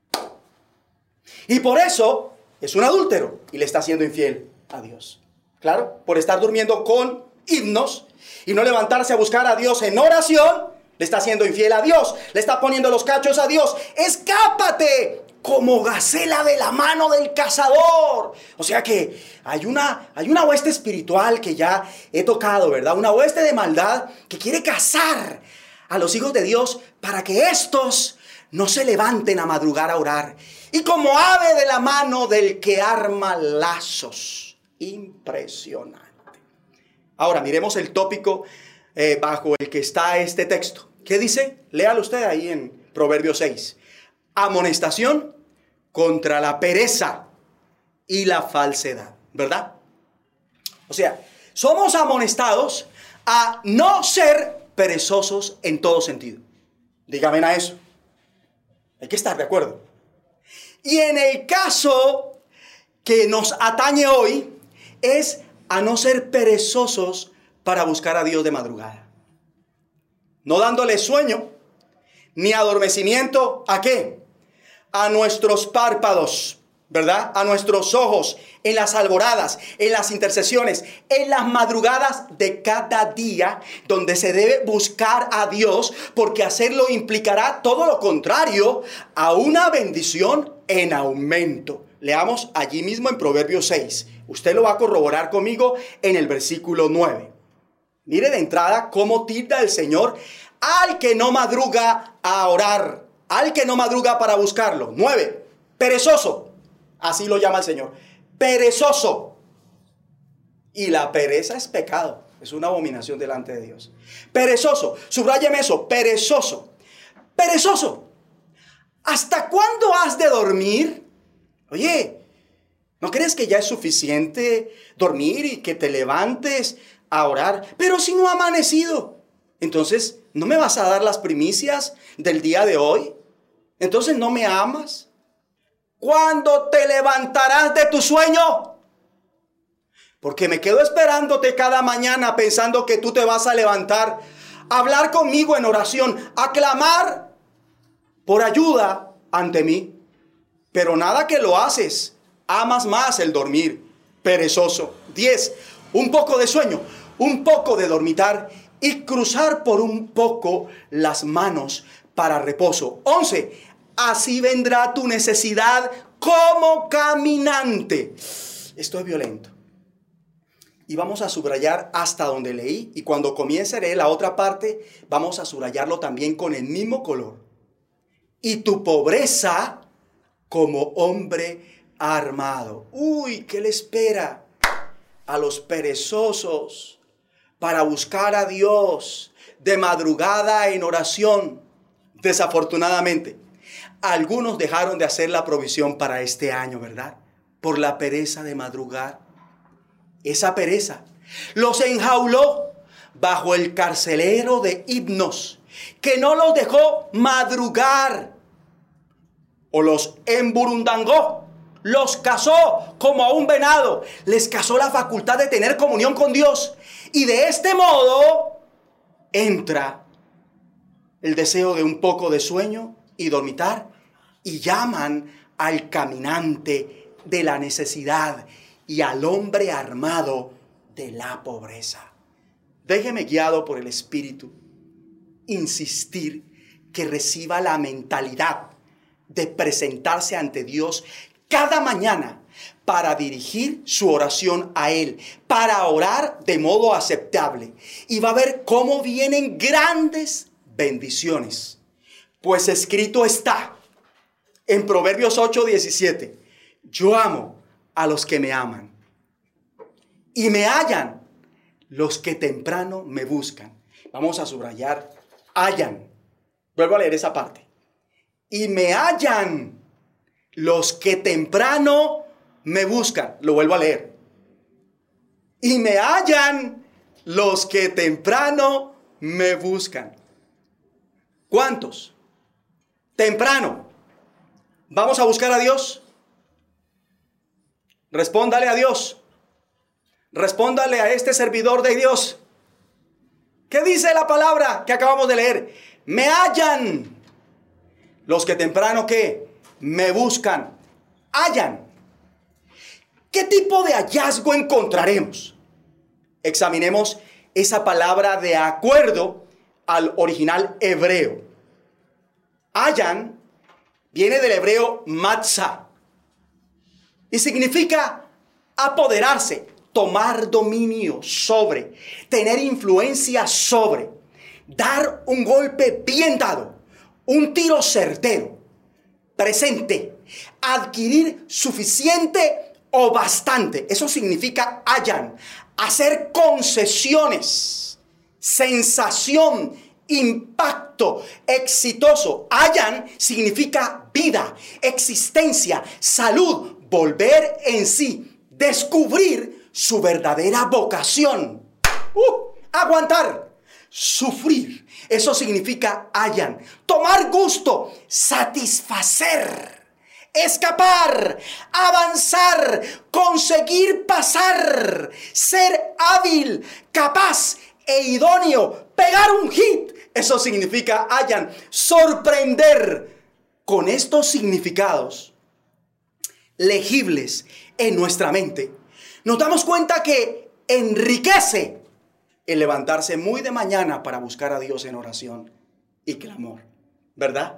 Y por eso es un adúltero y le está siendo infiel a Dios. Claro, por estar durmiendo con himnos y no levantarse a buscar a Dios en oración, le está siendo infiel a Dios, le está poniendo los cachos a Dios. Escápate como gacela de la mano del cazador. O sea que hay una, hay una hueste espiritual que ya he tocado, ¿verdad? Una hueste de maldad que quiere cazar a los hijos de Dios para que estos no se levanten a madrugar a orar. Y como ave de la mano del que arma lazos. Impresionante. Ahora miremos el tópico eh, bajo el que está este texto. ¿Qué dice? Léalo usted ahí en Proverbios seis. Amonestación contra la pereza y la falsedad, ¿verdad? O sea, somos amonestados a no ser perezosos en todo sentido. Dígame a eso. Hay que estar de acuerdo. Y en el caso que nos atañe hoy es a no ser perezosos para buscar a Dios de madrugada. No dándole sueño ni adormecimiento, ¿a qué? A nuestros párpados, ¿verdad? A nuestros ojos, en las alboradas, en las intercesiones, en las madrugadas de cada día, donde se debe buscar a Dios, porque hacerlo implicará todo lo contrario a una bendición en aumento. Leamos allí mismo en Proverbios seis. Usted lo va a corroborar conmigo en el versículo nueve. Mire de entrada cómo tilda el Señor al que no madruga a orar, al que no madruga para buscarlo. nueve. Perezoso. Así lo llama el Señor. Perezoso. Y la pereza es pecado. Es una abominación delante de Dios. Perezoso. Subráyeme eso. Perezoso. Perezoso. ¿Hasta cuándo has de dormir? Oye, ¿no crees que ya es suficiente dormir y que te levantes a orar? Pero si no ha amanecido, entonces ¿no me vas a dar las primicias del día de hoy? Entonces ¿no me amas? ¿Cuándo te levantarás de tu sueño? Porque me quedo esperándote cada mañana pensando que tú te vas a levantar, a hablar conmigo en oración, a clamar por ayuda ante mí. Pero nada que lo haces, amas más el dormir, perezoso. diez. Un poco de sueño, un poco de dormitar y cruzar por un poco las manos para reposo. once. Así vendrá tu necesidad como caminante. Esto es violento. Y vamos a subrayar hasta donde leí. Y cuando comience a leer la otra parte, vamos a subrayarlo también con el mismo color. Y tu pobreza como hombre armado. Uy, ¿qué le espera a los perezosos para buscar a Dios de madrugada en oración? Desafortunadamente, algunos dejaron de hacer la provisión para este año, ¿verdad? Por la pereza de madrugar. Esa pereza los enjauló bajo el carcelero de himnos, que no los dejó madrugar. o los emburundangó, los cazó como a un venado, les cazó la facultad de tener comunión con Dios. Y de este modo entra el deseo de un poco de sueño y dormitar, y llaman al caminante de la necesidad y al hombre armado de la pobreza. Déjeme, guiado por el Espíritu, insistir que reciba la mentalidad de presentarse ante Dios cada mañana para dirigir su oración a Él, para orar de modo aceptable. Y va a ver cómo vienen grandes bendiciones. Pues escrito está en Proverbios ocho diecisiete: yo amo a los que me aman, y me hallan los que temprano me buscan. Vamos a subrayar hallan. Vuelvo a leer esa parte. Y me hallan los que temprano me buscan. Lo vuelvo a leer. Y me hallan los que temprano me buscan. ¿Cuántos? Temprano. ¿Vamos a buscar a Dios? Respóndale a Dios. Respóndale a este servidor de Dios. ¿Qué dice la palabra que acabamos de leer? Me hallan los que temprano ¿qué? Me buscan. Hallan. ¿Qué tipo de hallazgo encontraremos? Examinemos esa palabra de acuerdo al original hebreo. Hallan viene del hebreo matzah y significa apoderarse, tomar dominio sobre, tener influencia sobre, dar un golpe bien dado, un tiro certero, presente, adquirir suficiente o bastante. Eso significa hallan, hacer concesiones, sensación, impacto, exitoso. Hallan significa vida, existencia, salud, volver en sí, descubrir su verdadera vocación. Uh, aguantar, sufrir. Eso significa hallan. Tomar gusto, satisfacer, escapar, avanzar, conseguir pasar, ser hábil, capaz e idóneo, pegar un hit. Eso significa hallan. Sorprender. Con estos significados legibles en nuestra mente, nos damos cuenta que enriquece el levantarse muy de mañana para buscar a Dios en oración y clamor, ¿verdad?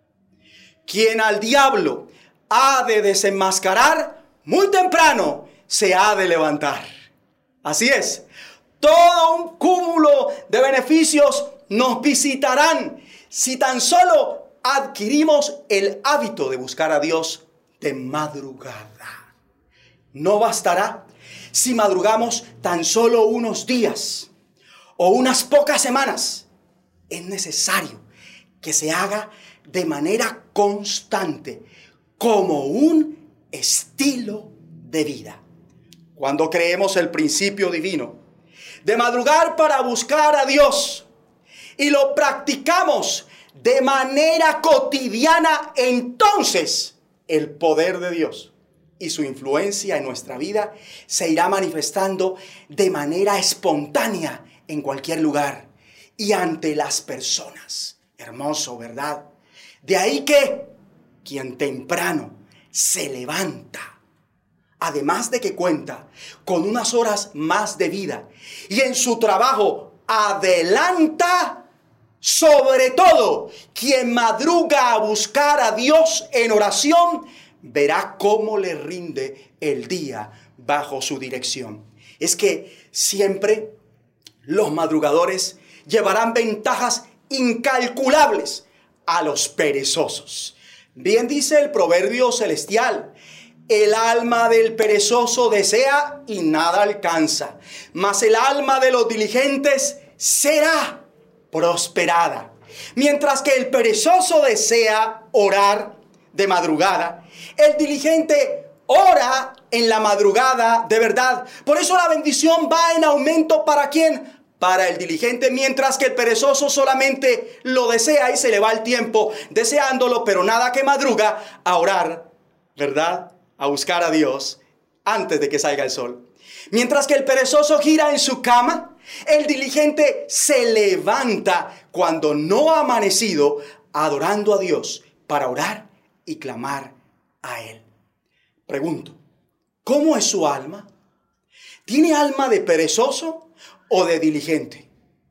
Quien al diablo ha de desenmascarar, muy temprano se ha de levantar. Así es, todo un cúmulo de beneficios nos visitarán si tan solo adquirimos el hábito de buscar a Dios de madrugada. No bastará si madrugamos tan solo unos días o unas pocas semanas. Es necesario que se haga de manera constante, como un estilo de vida. Cuando creemos el principio divino de madrugar para buscar a Dios y lo practicamos de manera cotidiana, entonces el poder de Dios y su influencia en nuestra vida se irá manifestando de manera espontánea en cualquier lugar y ante las personas. Hermoso, ¿verdad? De ahí que quien temprano se levanta, además de que cuenta con unas horas más de vida y en su trabajo adelanta, sobre todo quien madruga a buscar a Dios en oración, verá cómo le rinde el día bajo su dirección. Es que siempre los madrugadores llevarán ventajas incalculables a los perezosos. Bien dice el proverbio celestial: el alma del perezoso desea y nada alcanza, mas el alma de los diligentes será prosperada. Mientras que el perezoso desea orar de madrugada, el diligente ora en la madrugada de verdad. Por eso la bendición va en aumento. ¿Para quién? para el diligente, mientras que el perezoso solamente lo desea y se le va el tiempo deseándolo, pero nada que madruga a orar, ¿verdad? A buscar a Dios antes de que salga el sol. Mientras que el perezoso gira en su cama, el diligente se levanta cuando no ha amanecido, adorando a Dios para orar y clamar a Él. Pregunto, ¿cómo es su alma? ¿Tiene alma de perezoso o de diligente?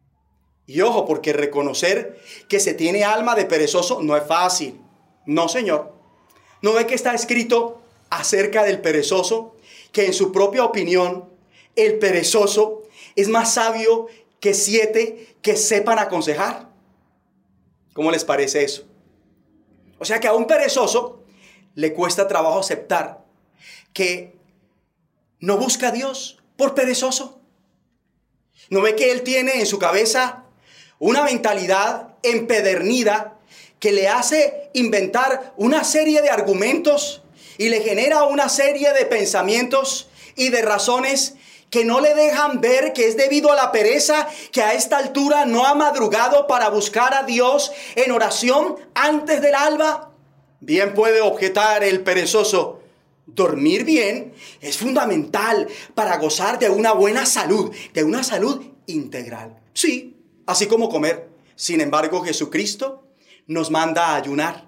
Y ojo, porque reconocer que se tiene alma de perezoso no es fácil. No, señor. ¿No ve que está escrito acerca del perezoso? Que en su propia opinión, el perezoso es más sabio que siete que sepan aconsejar. ¿Cómo les parece eso? O sea que a un perezoso le cuesta trabajo aceptar que no busca a Dios por perezoso. ¿No ve que él tiene en su cabeza una mentalidad empedernida que le hace inventar una serie de argumentos y le genera una serie de pensamientos y de razones que no le dejan ver que es debido a la pereza que a esta altura no ha madrugado para buscar a Dios en oración antes del alba? Bien puede objetar el perezoso: dormir bien es fundamental para gozar de una buena salud, de una salud integral. Sí, así como comer. Sin embargo, Jesucristo nos manda a ayunar.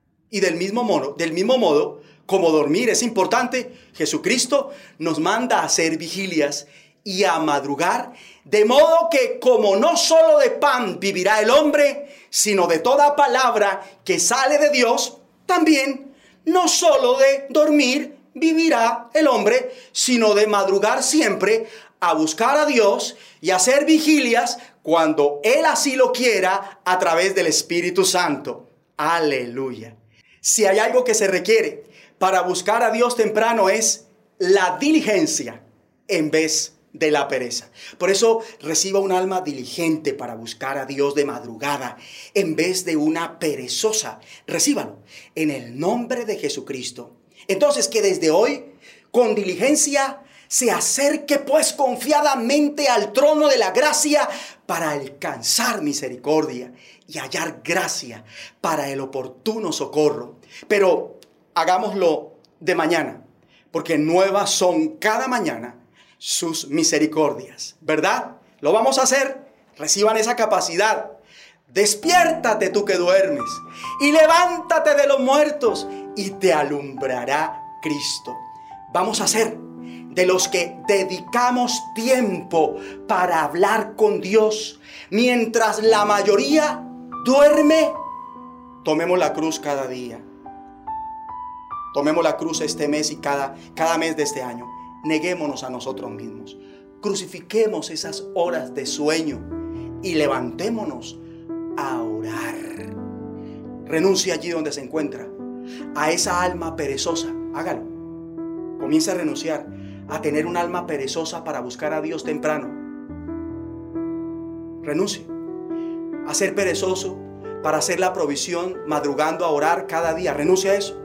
Y del mismo modo, del mismo modo, como dormir es importante, Jesucristo nos manda a hacer vigilias y a madrugar, de modo que como no solo de pan vivirá el hombre, sino de toda palabra que sale de Dios, también no solo de dormir vivirá el hombre, sino de madrugar siempre a buscar a Dios y hacer vigilias cuando Él así lo quiera a través del Espíritu Santo. Aleluya. Si hay algo que se requiere para buscar a Dios temprano es la diligencia en vez de la pereza. Por eso reciba un alma diligente para buscar a Dios de madrugada en vez de una perezosa. Recíbalo en el nombre de Jesucristo. Entonces, que desde hoy con diligencia se acerque pues confiadamente al trono de la gracia para alcanzar misericordia y hallar gracia para el oportuno socorro. Pero hagámoslo de mañana, porque nuevas son cada mañana sus misericordias, ¿verdad? Lo vamos a hacer. Reciban esa capacidad. Despiértate tú que duermes y levántate de los muertos y te alumbrará Cristo. Vamos a ser de los que dedicamos tiempo para hablar con Dios mientras la mayoría duerme. Tomemos la cruz cada día. Tomemos la cruz este mes y cada, cada mes de este año. Neguémonos a nosotros mismos. Crucifiquemos esas horas de sueño y levantémonos a orar. Renuncie allí donde se encuentra a esa alma perezosa. Hágalo. Comience a renunciar a tener un alma perezosa para buscar a Dios temprano. Renuncie a ser perezoso para hacer la provisión madrugando a orar cada día. Renuncie a eso.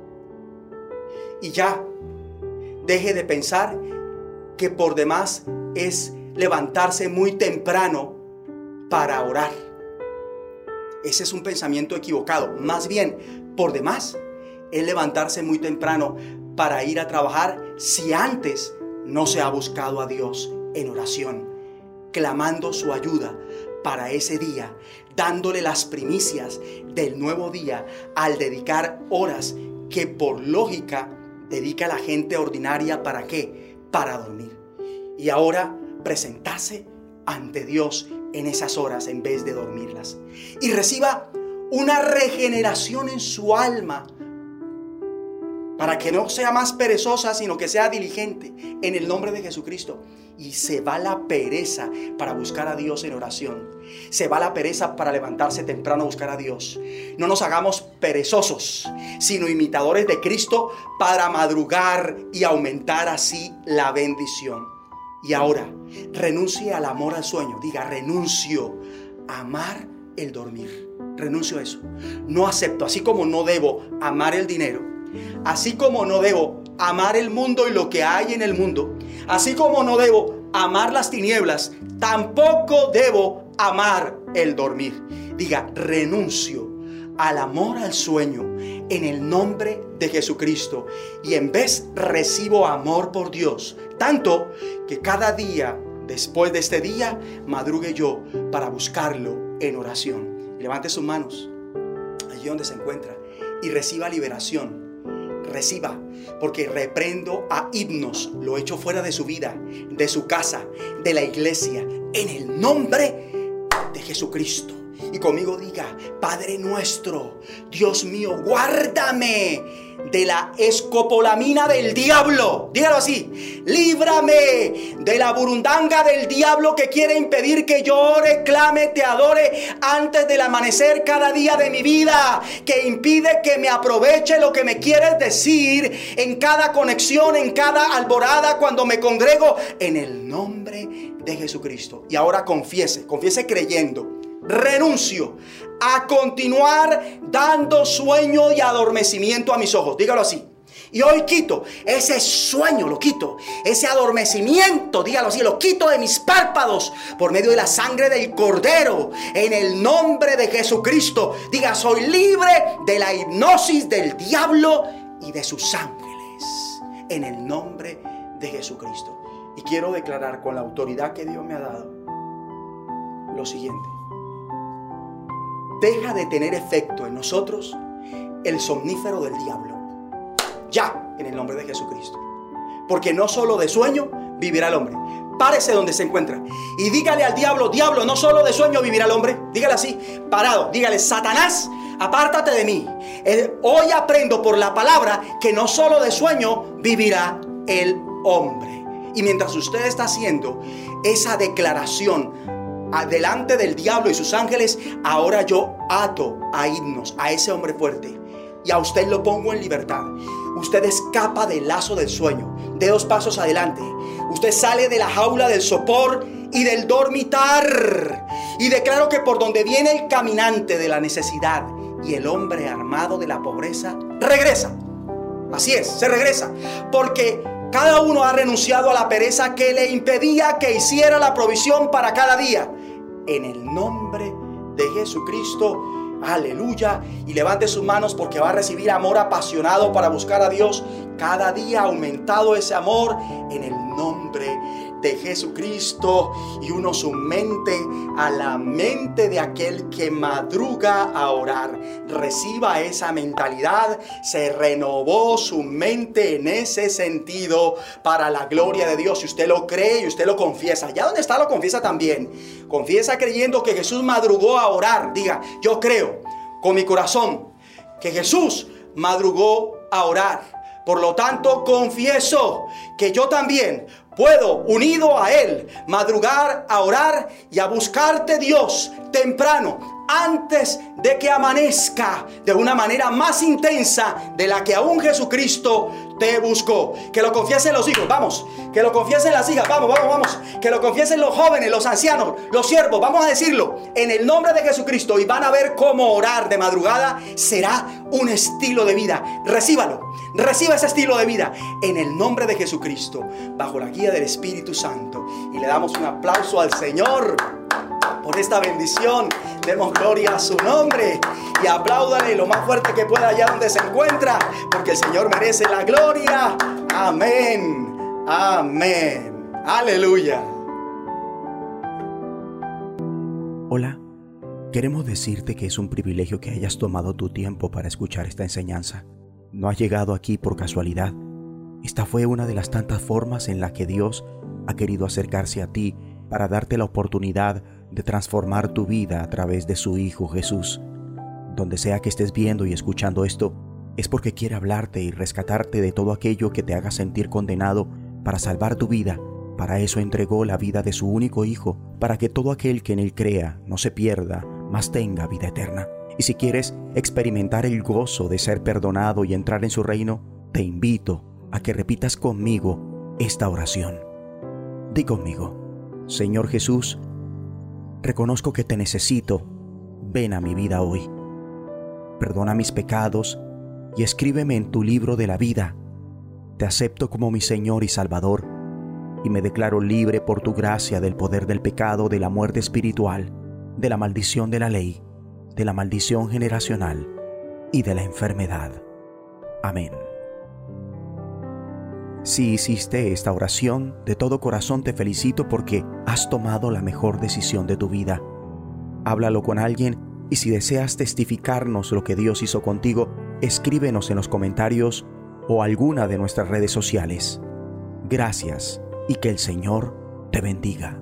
Y ya, deje de pensar que por demás es levantarse muy temprano para orar. Ese es un pensamiento equivocado. Más bien, por demás es levantarse muy temprano para ir a trabajar si antes no se ha buscado a Dios en oración, clamando su ayuda para ese día, dándole las primicias del nuevo día al dedicar horas que por lógica dedica la gente ordinaria. ¿Para qué? Para dormir. Y ahora presentarse ante Dios en esas horas en vez de dormirlas. Y reciba una regeneración en su alma para que no sea más perezosa, sino que sea diligente en el nombre de Jesucristo. Y se va la pereza para buscar a Dios en oración. Se va la pereza para levantarse temprano a buscar a Dios. No nos hagamos perezosos, sino imitadores de Cristo para madrugar y aumentar así la bendición. Y ahora, renuncie al amor al sueño. Diga, renuncio a amar el dormir. Renuncio a eso. No acepto, así como no debo amar el dinero, así como no debo amar el mundo y lo que hay en el mundo, así como no debo amar las tinieblas, tampoco debo amar el dormir. Diga, renuncio al amor al sueño en el nombre de Jesucristo, y en vez recibo amor por Dios, tanto que cada día después de este día madrugue yo para buscarlo en oración. Levante sus manos allí donde se encuentra y reciba liberación. Reciba, porque reprendo a himnos, lo echo fuera de su vida, de su casa, de la iglesia, en el nombre de Jesucristo. Y conmigo diga, Padre nuestro, Dios mío, guárdame de la escopolamina del diablo. Dígalo así, líbrame de la burundanga del diablo que quiere impedir que yo ore, clame, te adore antes del amanecer cada día de mi vida, que impide que me aproveche lo que me quieres decir en cada conexión, en cada alborada, cuando me congrego, en el nombre de Jesucristo. Y ahora confiese, confiese creyendo. Renuncio a continuar dando sueño y adormecimiento a mis ojos. Dígalo así. Y hoy quito ese sueño, lo quito. Ese adormecimiento, dígalo así, lo quito de mis párpados por medio de la sangre del Cordero. En el nombre de Jesucristo. Diga, soy libre de la hipnosis del diablo y de sus ángeles. En el nombre de Jesucristo. Y quiero declarar con la autoridad que Dios me ha dado lo siguiente. Deja de tener efecto en nosotros el somnífero del diablo. Ya, en el nombre de Jesucristo. Porque no solo de sueño vivirá el hombre. Párese donde se encuentra y dígale al diablo, diablo, no solo de sueño vivirá el hombre. Dígale así, parado. Dígale, Satanás, apártate de mí. Hoy aprendo por la palabra que no solo de sueño vivirá el hombre. Y mientras usted está haciendo esa declaración delante del diablo y sus ángeles, ahora yo ato a himnos a ese hombre fuerte y a usted lo pongo en libertad. Usted escapa del lazo del sueño, de dos pasos adelante. Usted sale de la jaula del sopor y del dormitar, y declaro que por donde viene el caminante de la necesidad y el hombre armado de la pobreza, regresa. Así es, se regresa, porque cada uno ha renunciado a la pereza que le impedía que hiciera la provisión para cada día. En el nombre de Jesucristo, aleluya. Y levante sus manos porque va a recibir amor apasionado para buscar a Dios. Cada día ha aumentado ese amor en el nombre de Jesucristo. Y uno su mente a la mente de aquel que madruga a orar. Reciba esa mentalidad. Se renovó su mente en ese sentido para la gloria de Dios. Si usted lo cree y usted lo confiesa, ya donde está lo confiesa también. Confiesa creyendo que Jesús madrugó a orar. Diga, yo creo con mi corazón que Jesús madrugó a orar. Por lo tanto, confieso que yo también puedo, unido a Él, madrugar a orar y a buscarte, Dios, temprano, antes de que amanezca, de una manera más intensa de la que aún Jesucristo te buscó. Que lo confiesen los hijos, vamos. Que lo confiesen las hijas, vamos, vamos, vamos. Que lo confiesen los jóvenes, los ancianos, los siervos. Vamos a decirlo en el nombre de Jesucristo y van a ver cómo orar de madrugada será un estilo de vida. Recíbalo, reciba ese estilo de vida en el nombre de Jesucristo, bajo la guía del Espíritu Santo. Y le damos un aplauso al Señor por esta bendición. Demos gloria a su nombre y apláudale lo más fuerte que pueda allá donde se encuentra, porque el Señor merece la gloria. Amén, amén, aleluya. Hola, queremos decirte que es un privilegio que hayas tomado tu tiempo para escuchar esta enseñanza. No has llegado aquí por casualidad. Esta fue una de las tantas formas en las que Dios ha querido acercarse a ti para darte la oportunidad de transformar tu vida a través de su Hijo Jesús. Donde sea que estés viendo y escuchando esto, es porque quiere hablarte y rescatarte de todo aquello que te haga sentir condenado para salvar tu vida. Para eso entregó la vida de su único Hijo, para que todo aquel que en Él crea no se pierda, mas tenga vida eterna. Y si quieres experimentar el gozo de ser perdonado y entrar en su reino, te invito a que repitas conmigo esta oración. Di conmigo: Señor Jesús, reconozco que te necesito. Ven a mi vida hoy. Perdona mis pecados y escríbeme en tu libro de la vida. Te acepto como mi Señor y Salvador. y me declaro libre por tu gracia del poder del pecado, de la muerte espiritual, de la maldición de la ley, de la maldición generacional y de la enfermedad. Amén. Si hiciste esta oración, de todo corazón te felicito porque has tomado la mejor decisión de tu vida. Háblalo con alguien y si deseas testificarnos lo que Dios hizo contigo, escríbenos en los comentarios o alguna de nuestras redes sociales. Gracias y que el Señor te bendiga.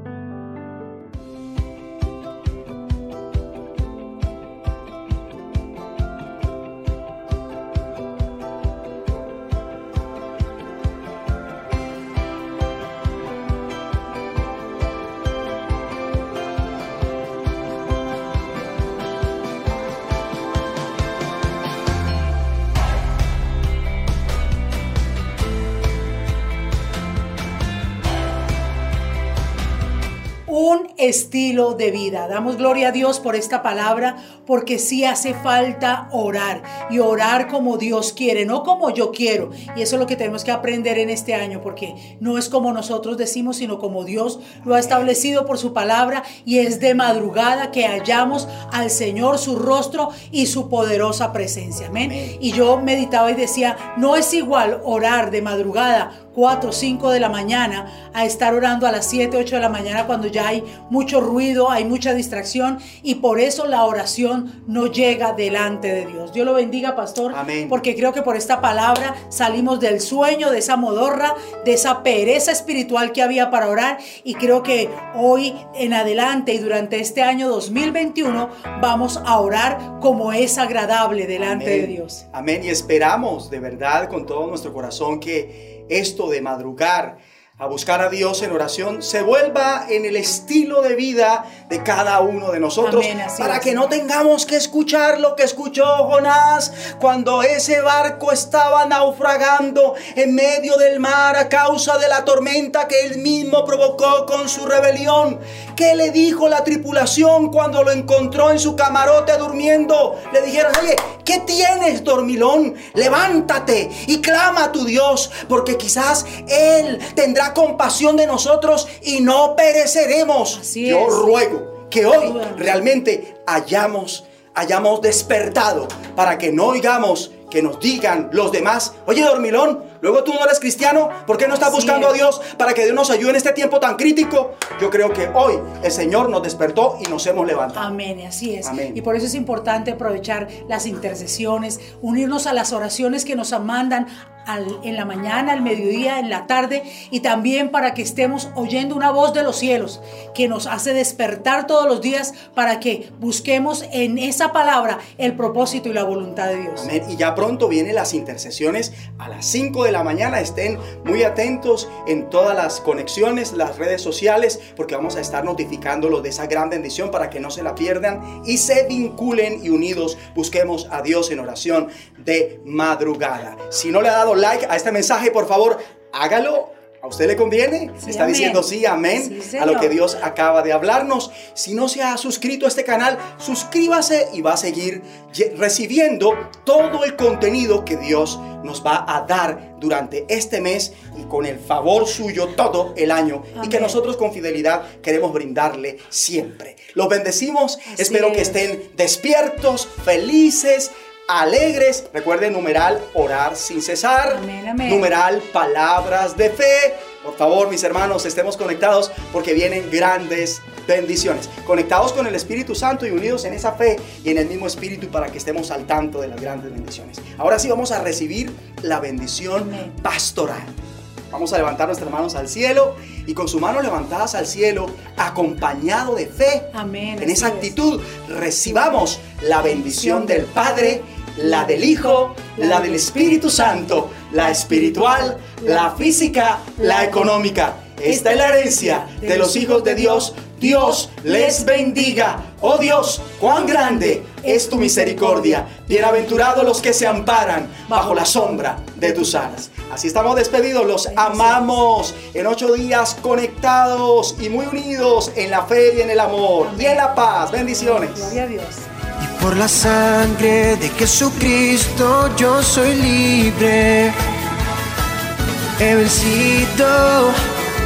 Un estilo de vida. Damos gloria a Dios por esta palabra, porque sí hace falta orar y orar como Dios quiere, no como yo quiero. Y eso es lo que tenemos que aprender en este año, porque no es como nosotros decimos, sino como Dios lo ha establecido por su palabra, y es de madrugada que hallamos al Señor, su rostro y su poderosa presencia. Amén. Amén. Y yo meditaba y decía, no es igual orar de madrugada cuatro o cinco de la mañana a estar orando a las siete, ocho de la mañana, cuando ya hay mucho ruido, hay mucha distracción, y por eso la oración no llega delante de Dios. Dios lo bendiga, pastor. Amén. Porque creo que por esta palabra salimos del sueño, de esa modorra, de esa pereza espiritual que había para orar, y creo que hoy en adelante y durante este año dos mil veintiuno vamos a orar como es agradable delante Amén. de Dios. Amén. Y esperamos de verdad con todo nuestro corazón que esto de madrugar a buscar a Dios en oración se vuelva en el estilo de vida de cada uno de nosotros. Amén, para es. que no tengamos que escuchar lo que escuchó Jonás cuando ese barco estaba naufragando en medio del mar a causa de la tormenta que él mismo provocó con su rebelión. ¿Qué le dijo la tripulación cuando lo encontró en su camarote durmiendo? Le dijeron, oye, ¿qué tienes, dormilón? Levántate y clama a tu Dios, porque quizás Él tendrá compasión de nosotros y no pereceremos. Así Yo es. ruego que hoy realmente hayamos, hayamos despertado para que no oigamos que nos digan los demás, oye, dormilón, luego tú no eres cristiano, ¿por qué no estás Así buscando es. a Dios para que Dios nos ayude en este tiempo tan crítico? Yo creo que hoy el Señor nos despertó y nos hemos levantado. Amén, así es. Amén. Y por eso es importante aprovechar las intercesiones, unirnos a las oraciones que nos mandan al, en la mañana, al mediodía, en la tarde, y también para que estemos oyendo una voz de los cielos que nos hace despertar todos los días para que busquemos en esa palabra el propósito y la voluntad de Dios. Amén. Y ya pronto vienen las intercesiones a las cinco de la mañana. Estén muy atentos en todas las conexiones, las redes sociales, porque vamos a estar notificándolos de esa gran bendición para que no se la pierdan y se vinculen y unidos busquemos a Dios en oración de madrugada. Si no le ha dado like a este mensaje, por favor, hágalo. ¿A usted le conviene? Sí, Está amén. diciendo sí, amén, Sí, a lo señor. que Dios acaba de hablarnos. Si no se ha suscrito a este canal, suscríbase y va a seguir ye- recibiendo todo el contenido que Dios nos va a dar durante este mes y con el favor suyo todo el año. Amén. Y que nosotros con fidelidad queremos brindarle siempre. Los bendecimos. Así Espero que es. estén despiertos, felices, alegres. Recuerden numeral orar sin cesar. Amén, amén. Numeral palabras de fe. Por favor, mis hermanos, estemos conectados porque vienen grandes bendiciones. Conectados con el Espíritu Santo y unidos en esa fe y en el mismo Espíritu para que estemos al tanto de las grandes bendiciones. Ahora sí vamos a recibir la bendición Amén. pastoral. Vamos a levantar nuestras manos al cielo y con sus manos levantadas al cielo, acompañado de fe, Amén, en así esa es. actitud, recibamos la bendición del Padre, la del Hijo, la del Espíritu Santo, la espiritual, la física, la económica. Esta es la herencia de los hijos de Dios. Dios les bendiga. Oh Dios, cuán grande es tu misericordia. Bienaventurados los que se amparan bajo la sombra de tus alas. Así estamos despedidos, los amamos en ocho días conectados y muy unidos en la fe y en el amor y en la paz. Bendiciones. Gloria a Dios. Y por la sangre de Jesucristo yo soy libre. He vencido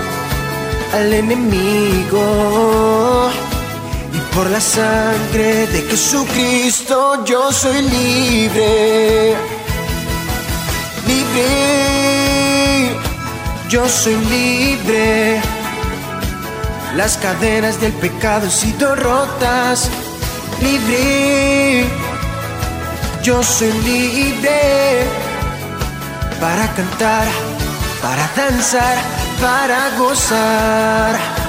al enemigo. Y por la sangre de Jesucristo yo soy libre. Libre, yo soy libre. Las cadenas del pecado han sido rotas. Libre, yo soy libre. Para cantar, para danzar, para gozar.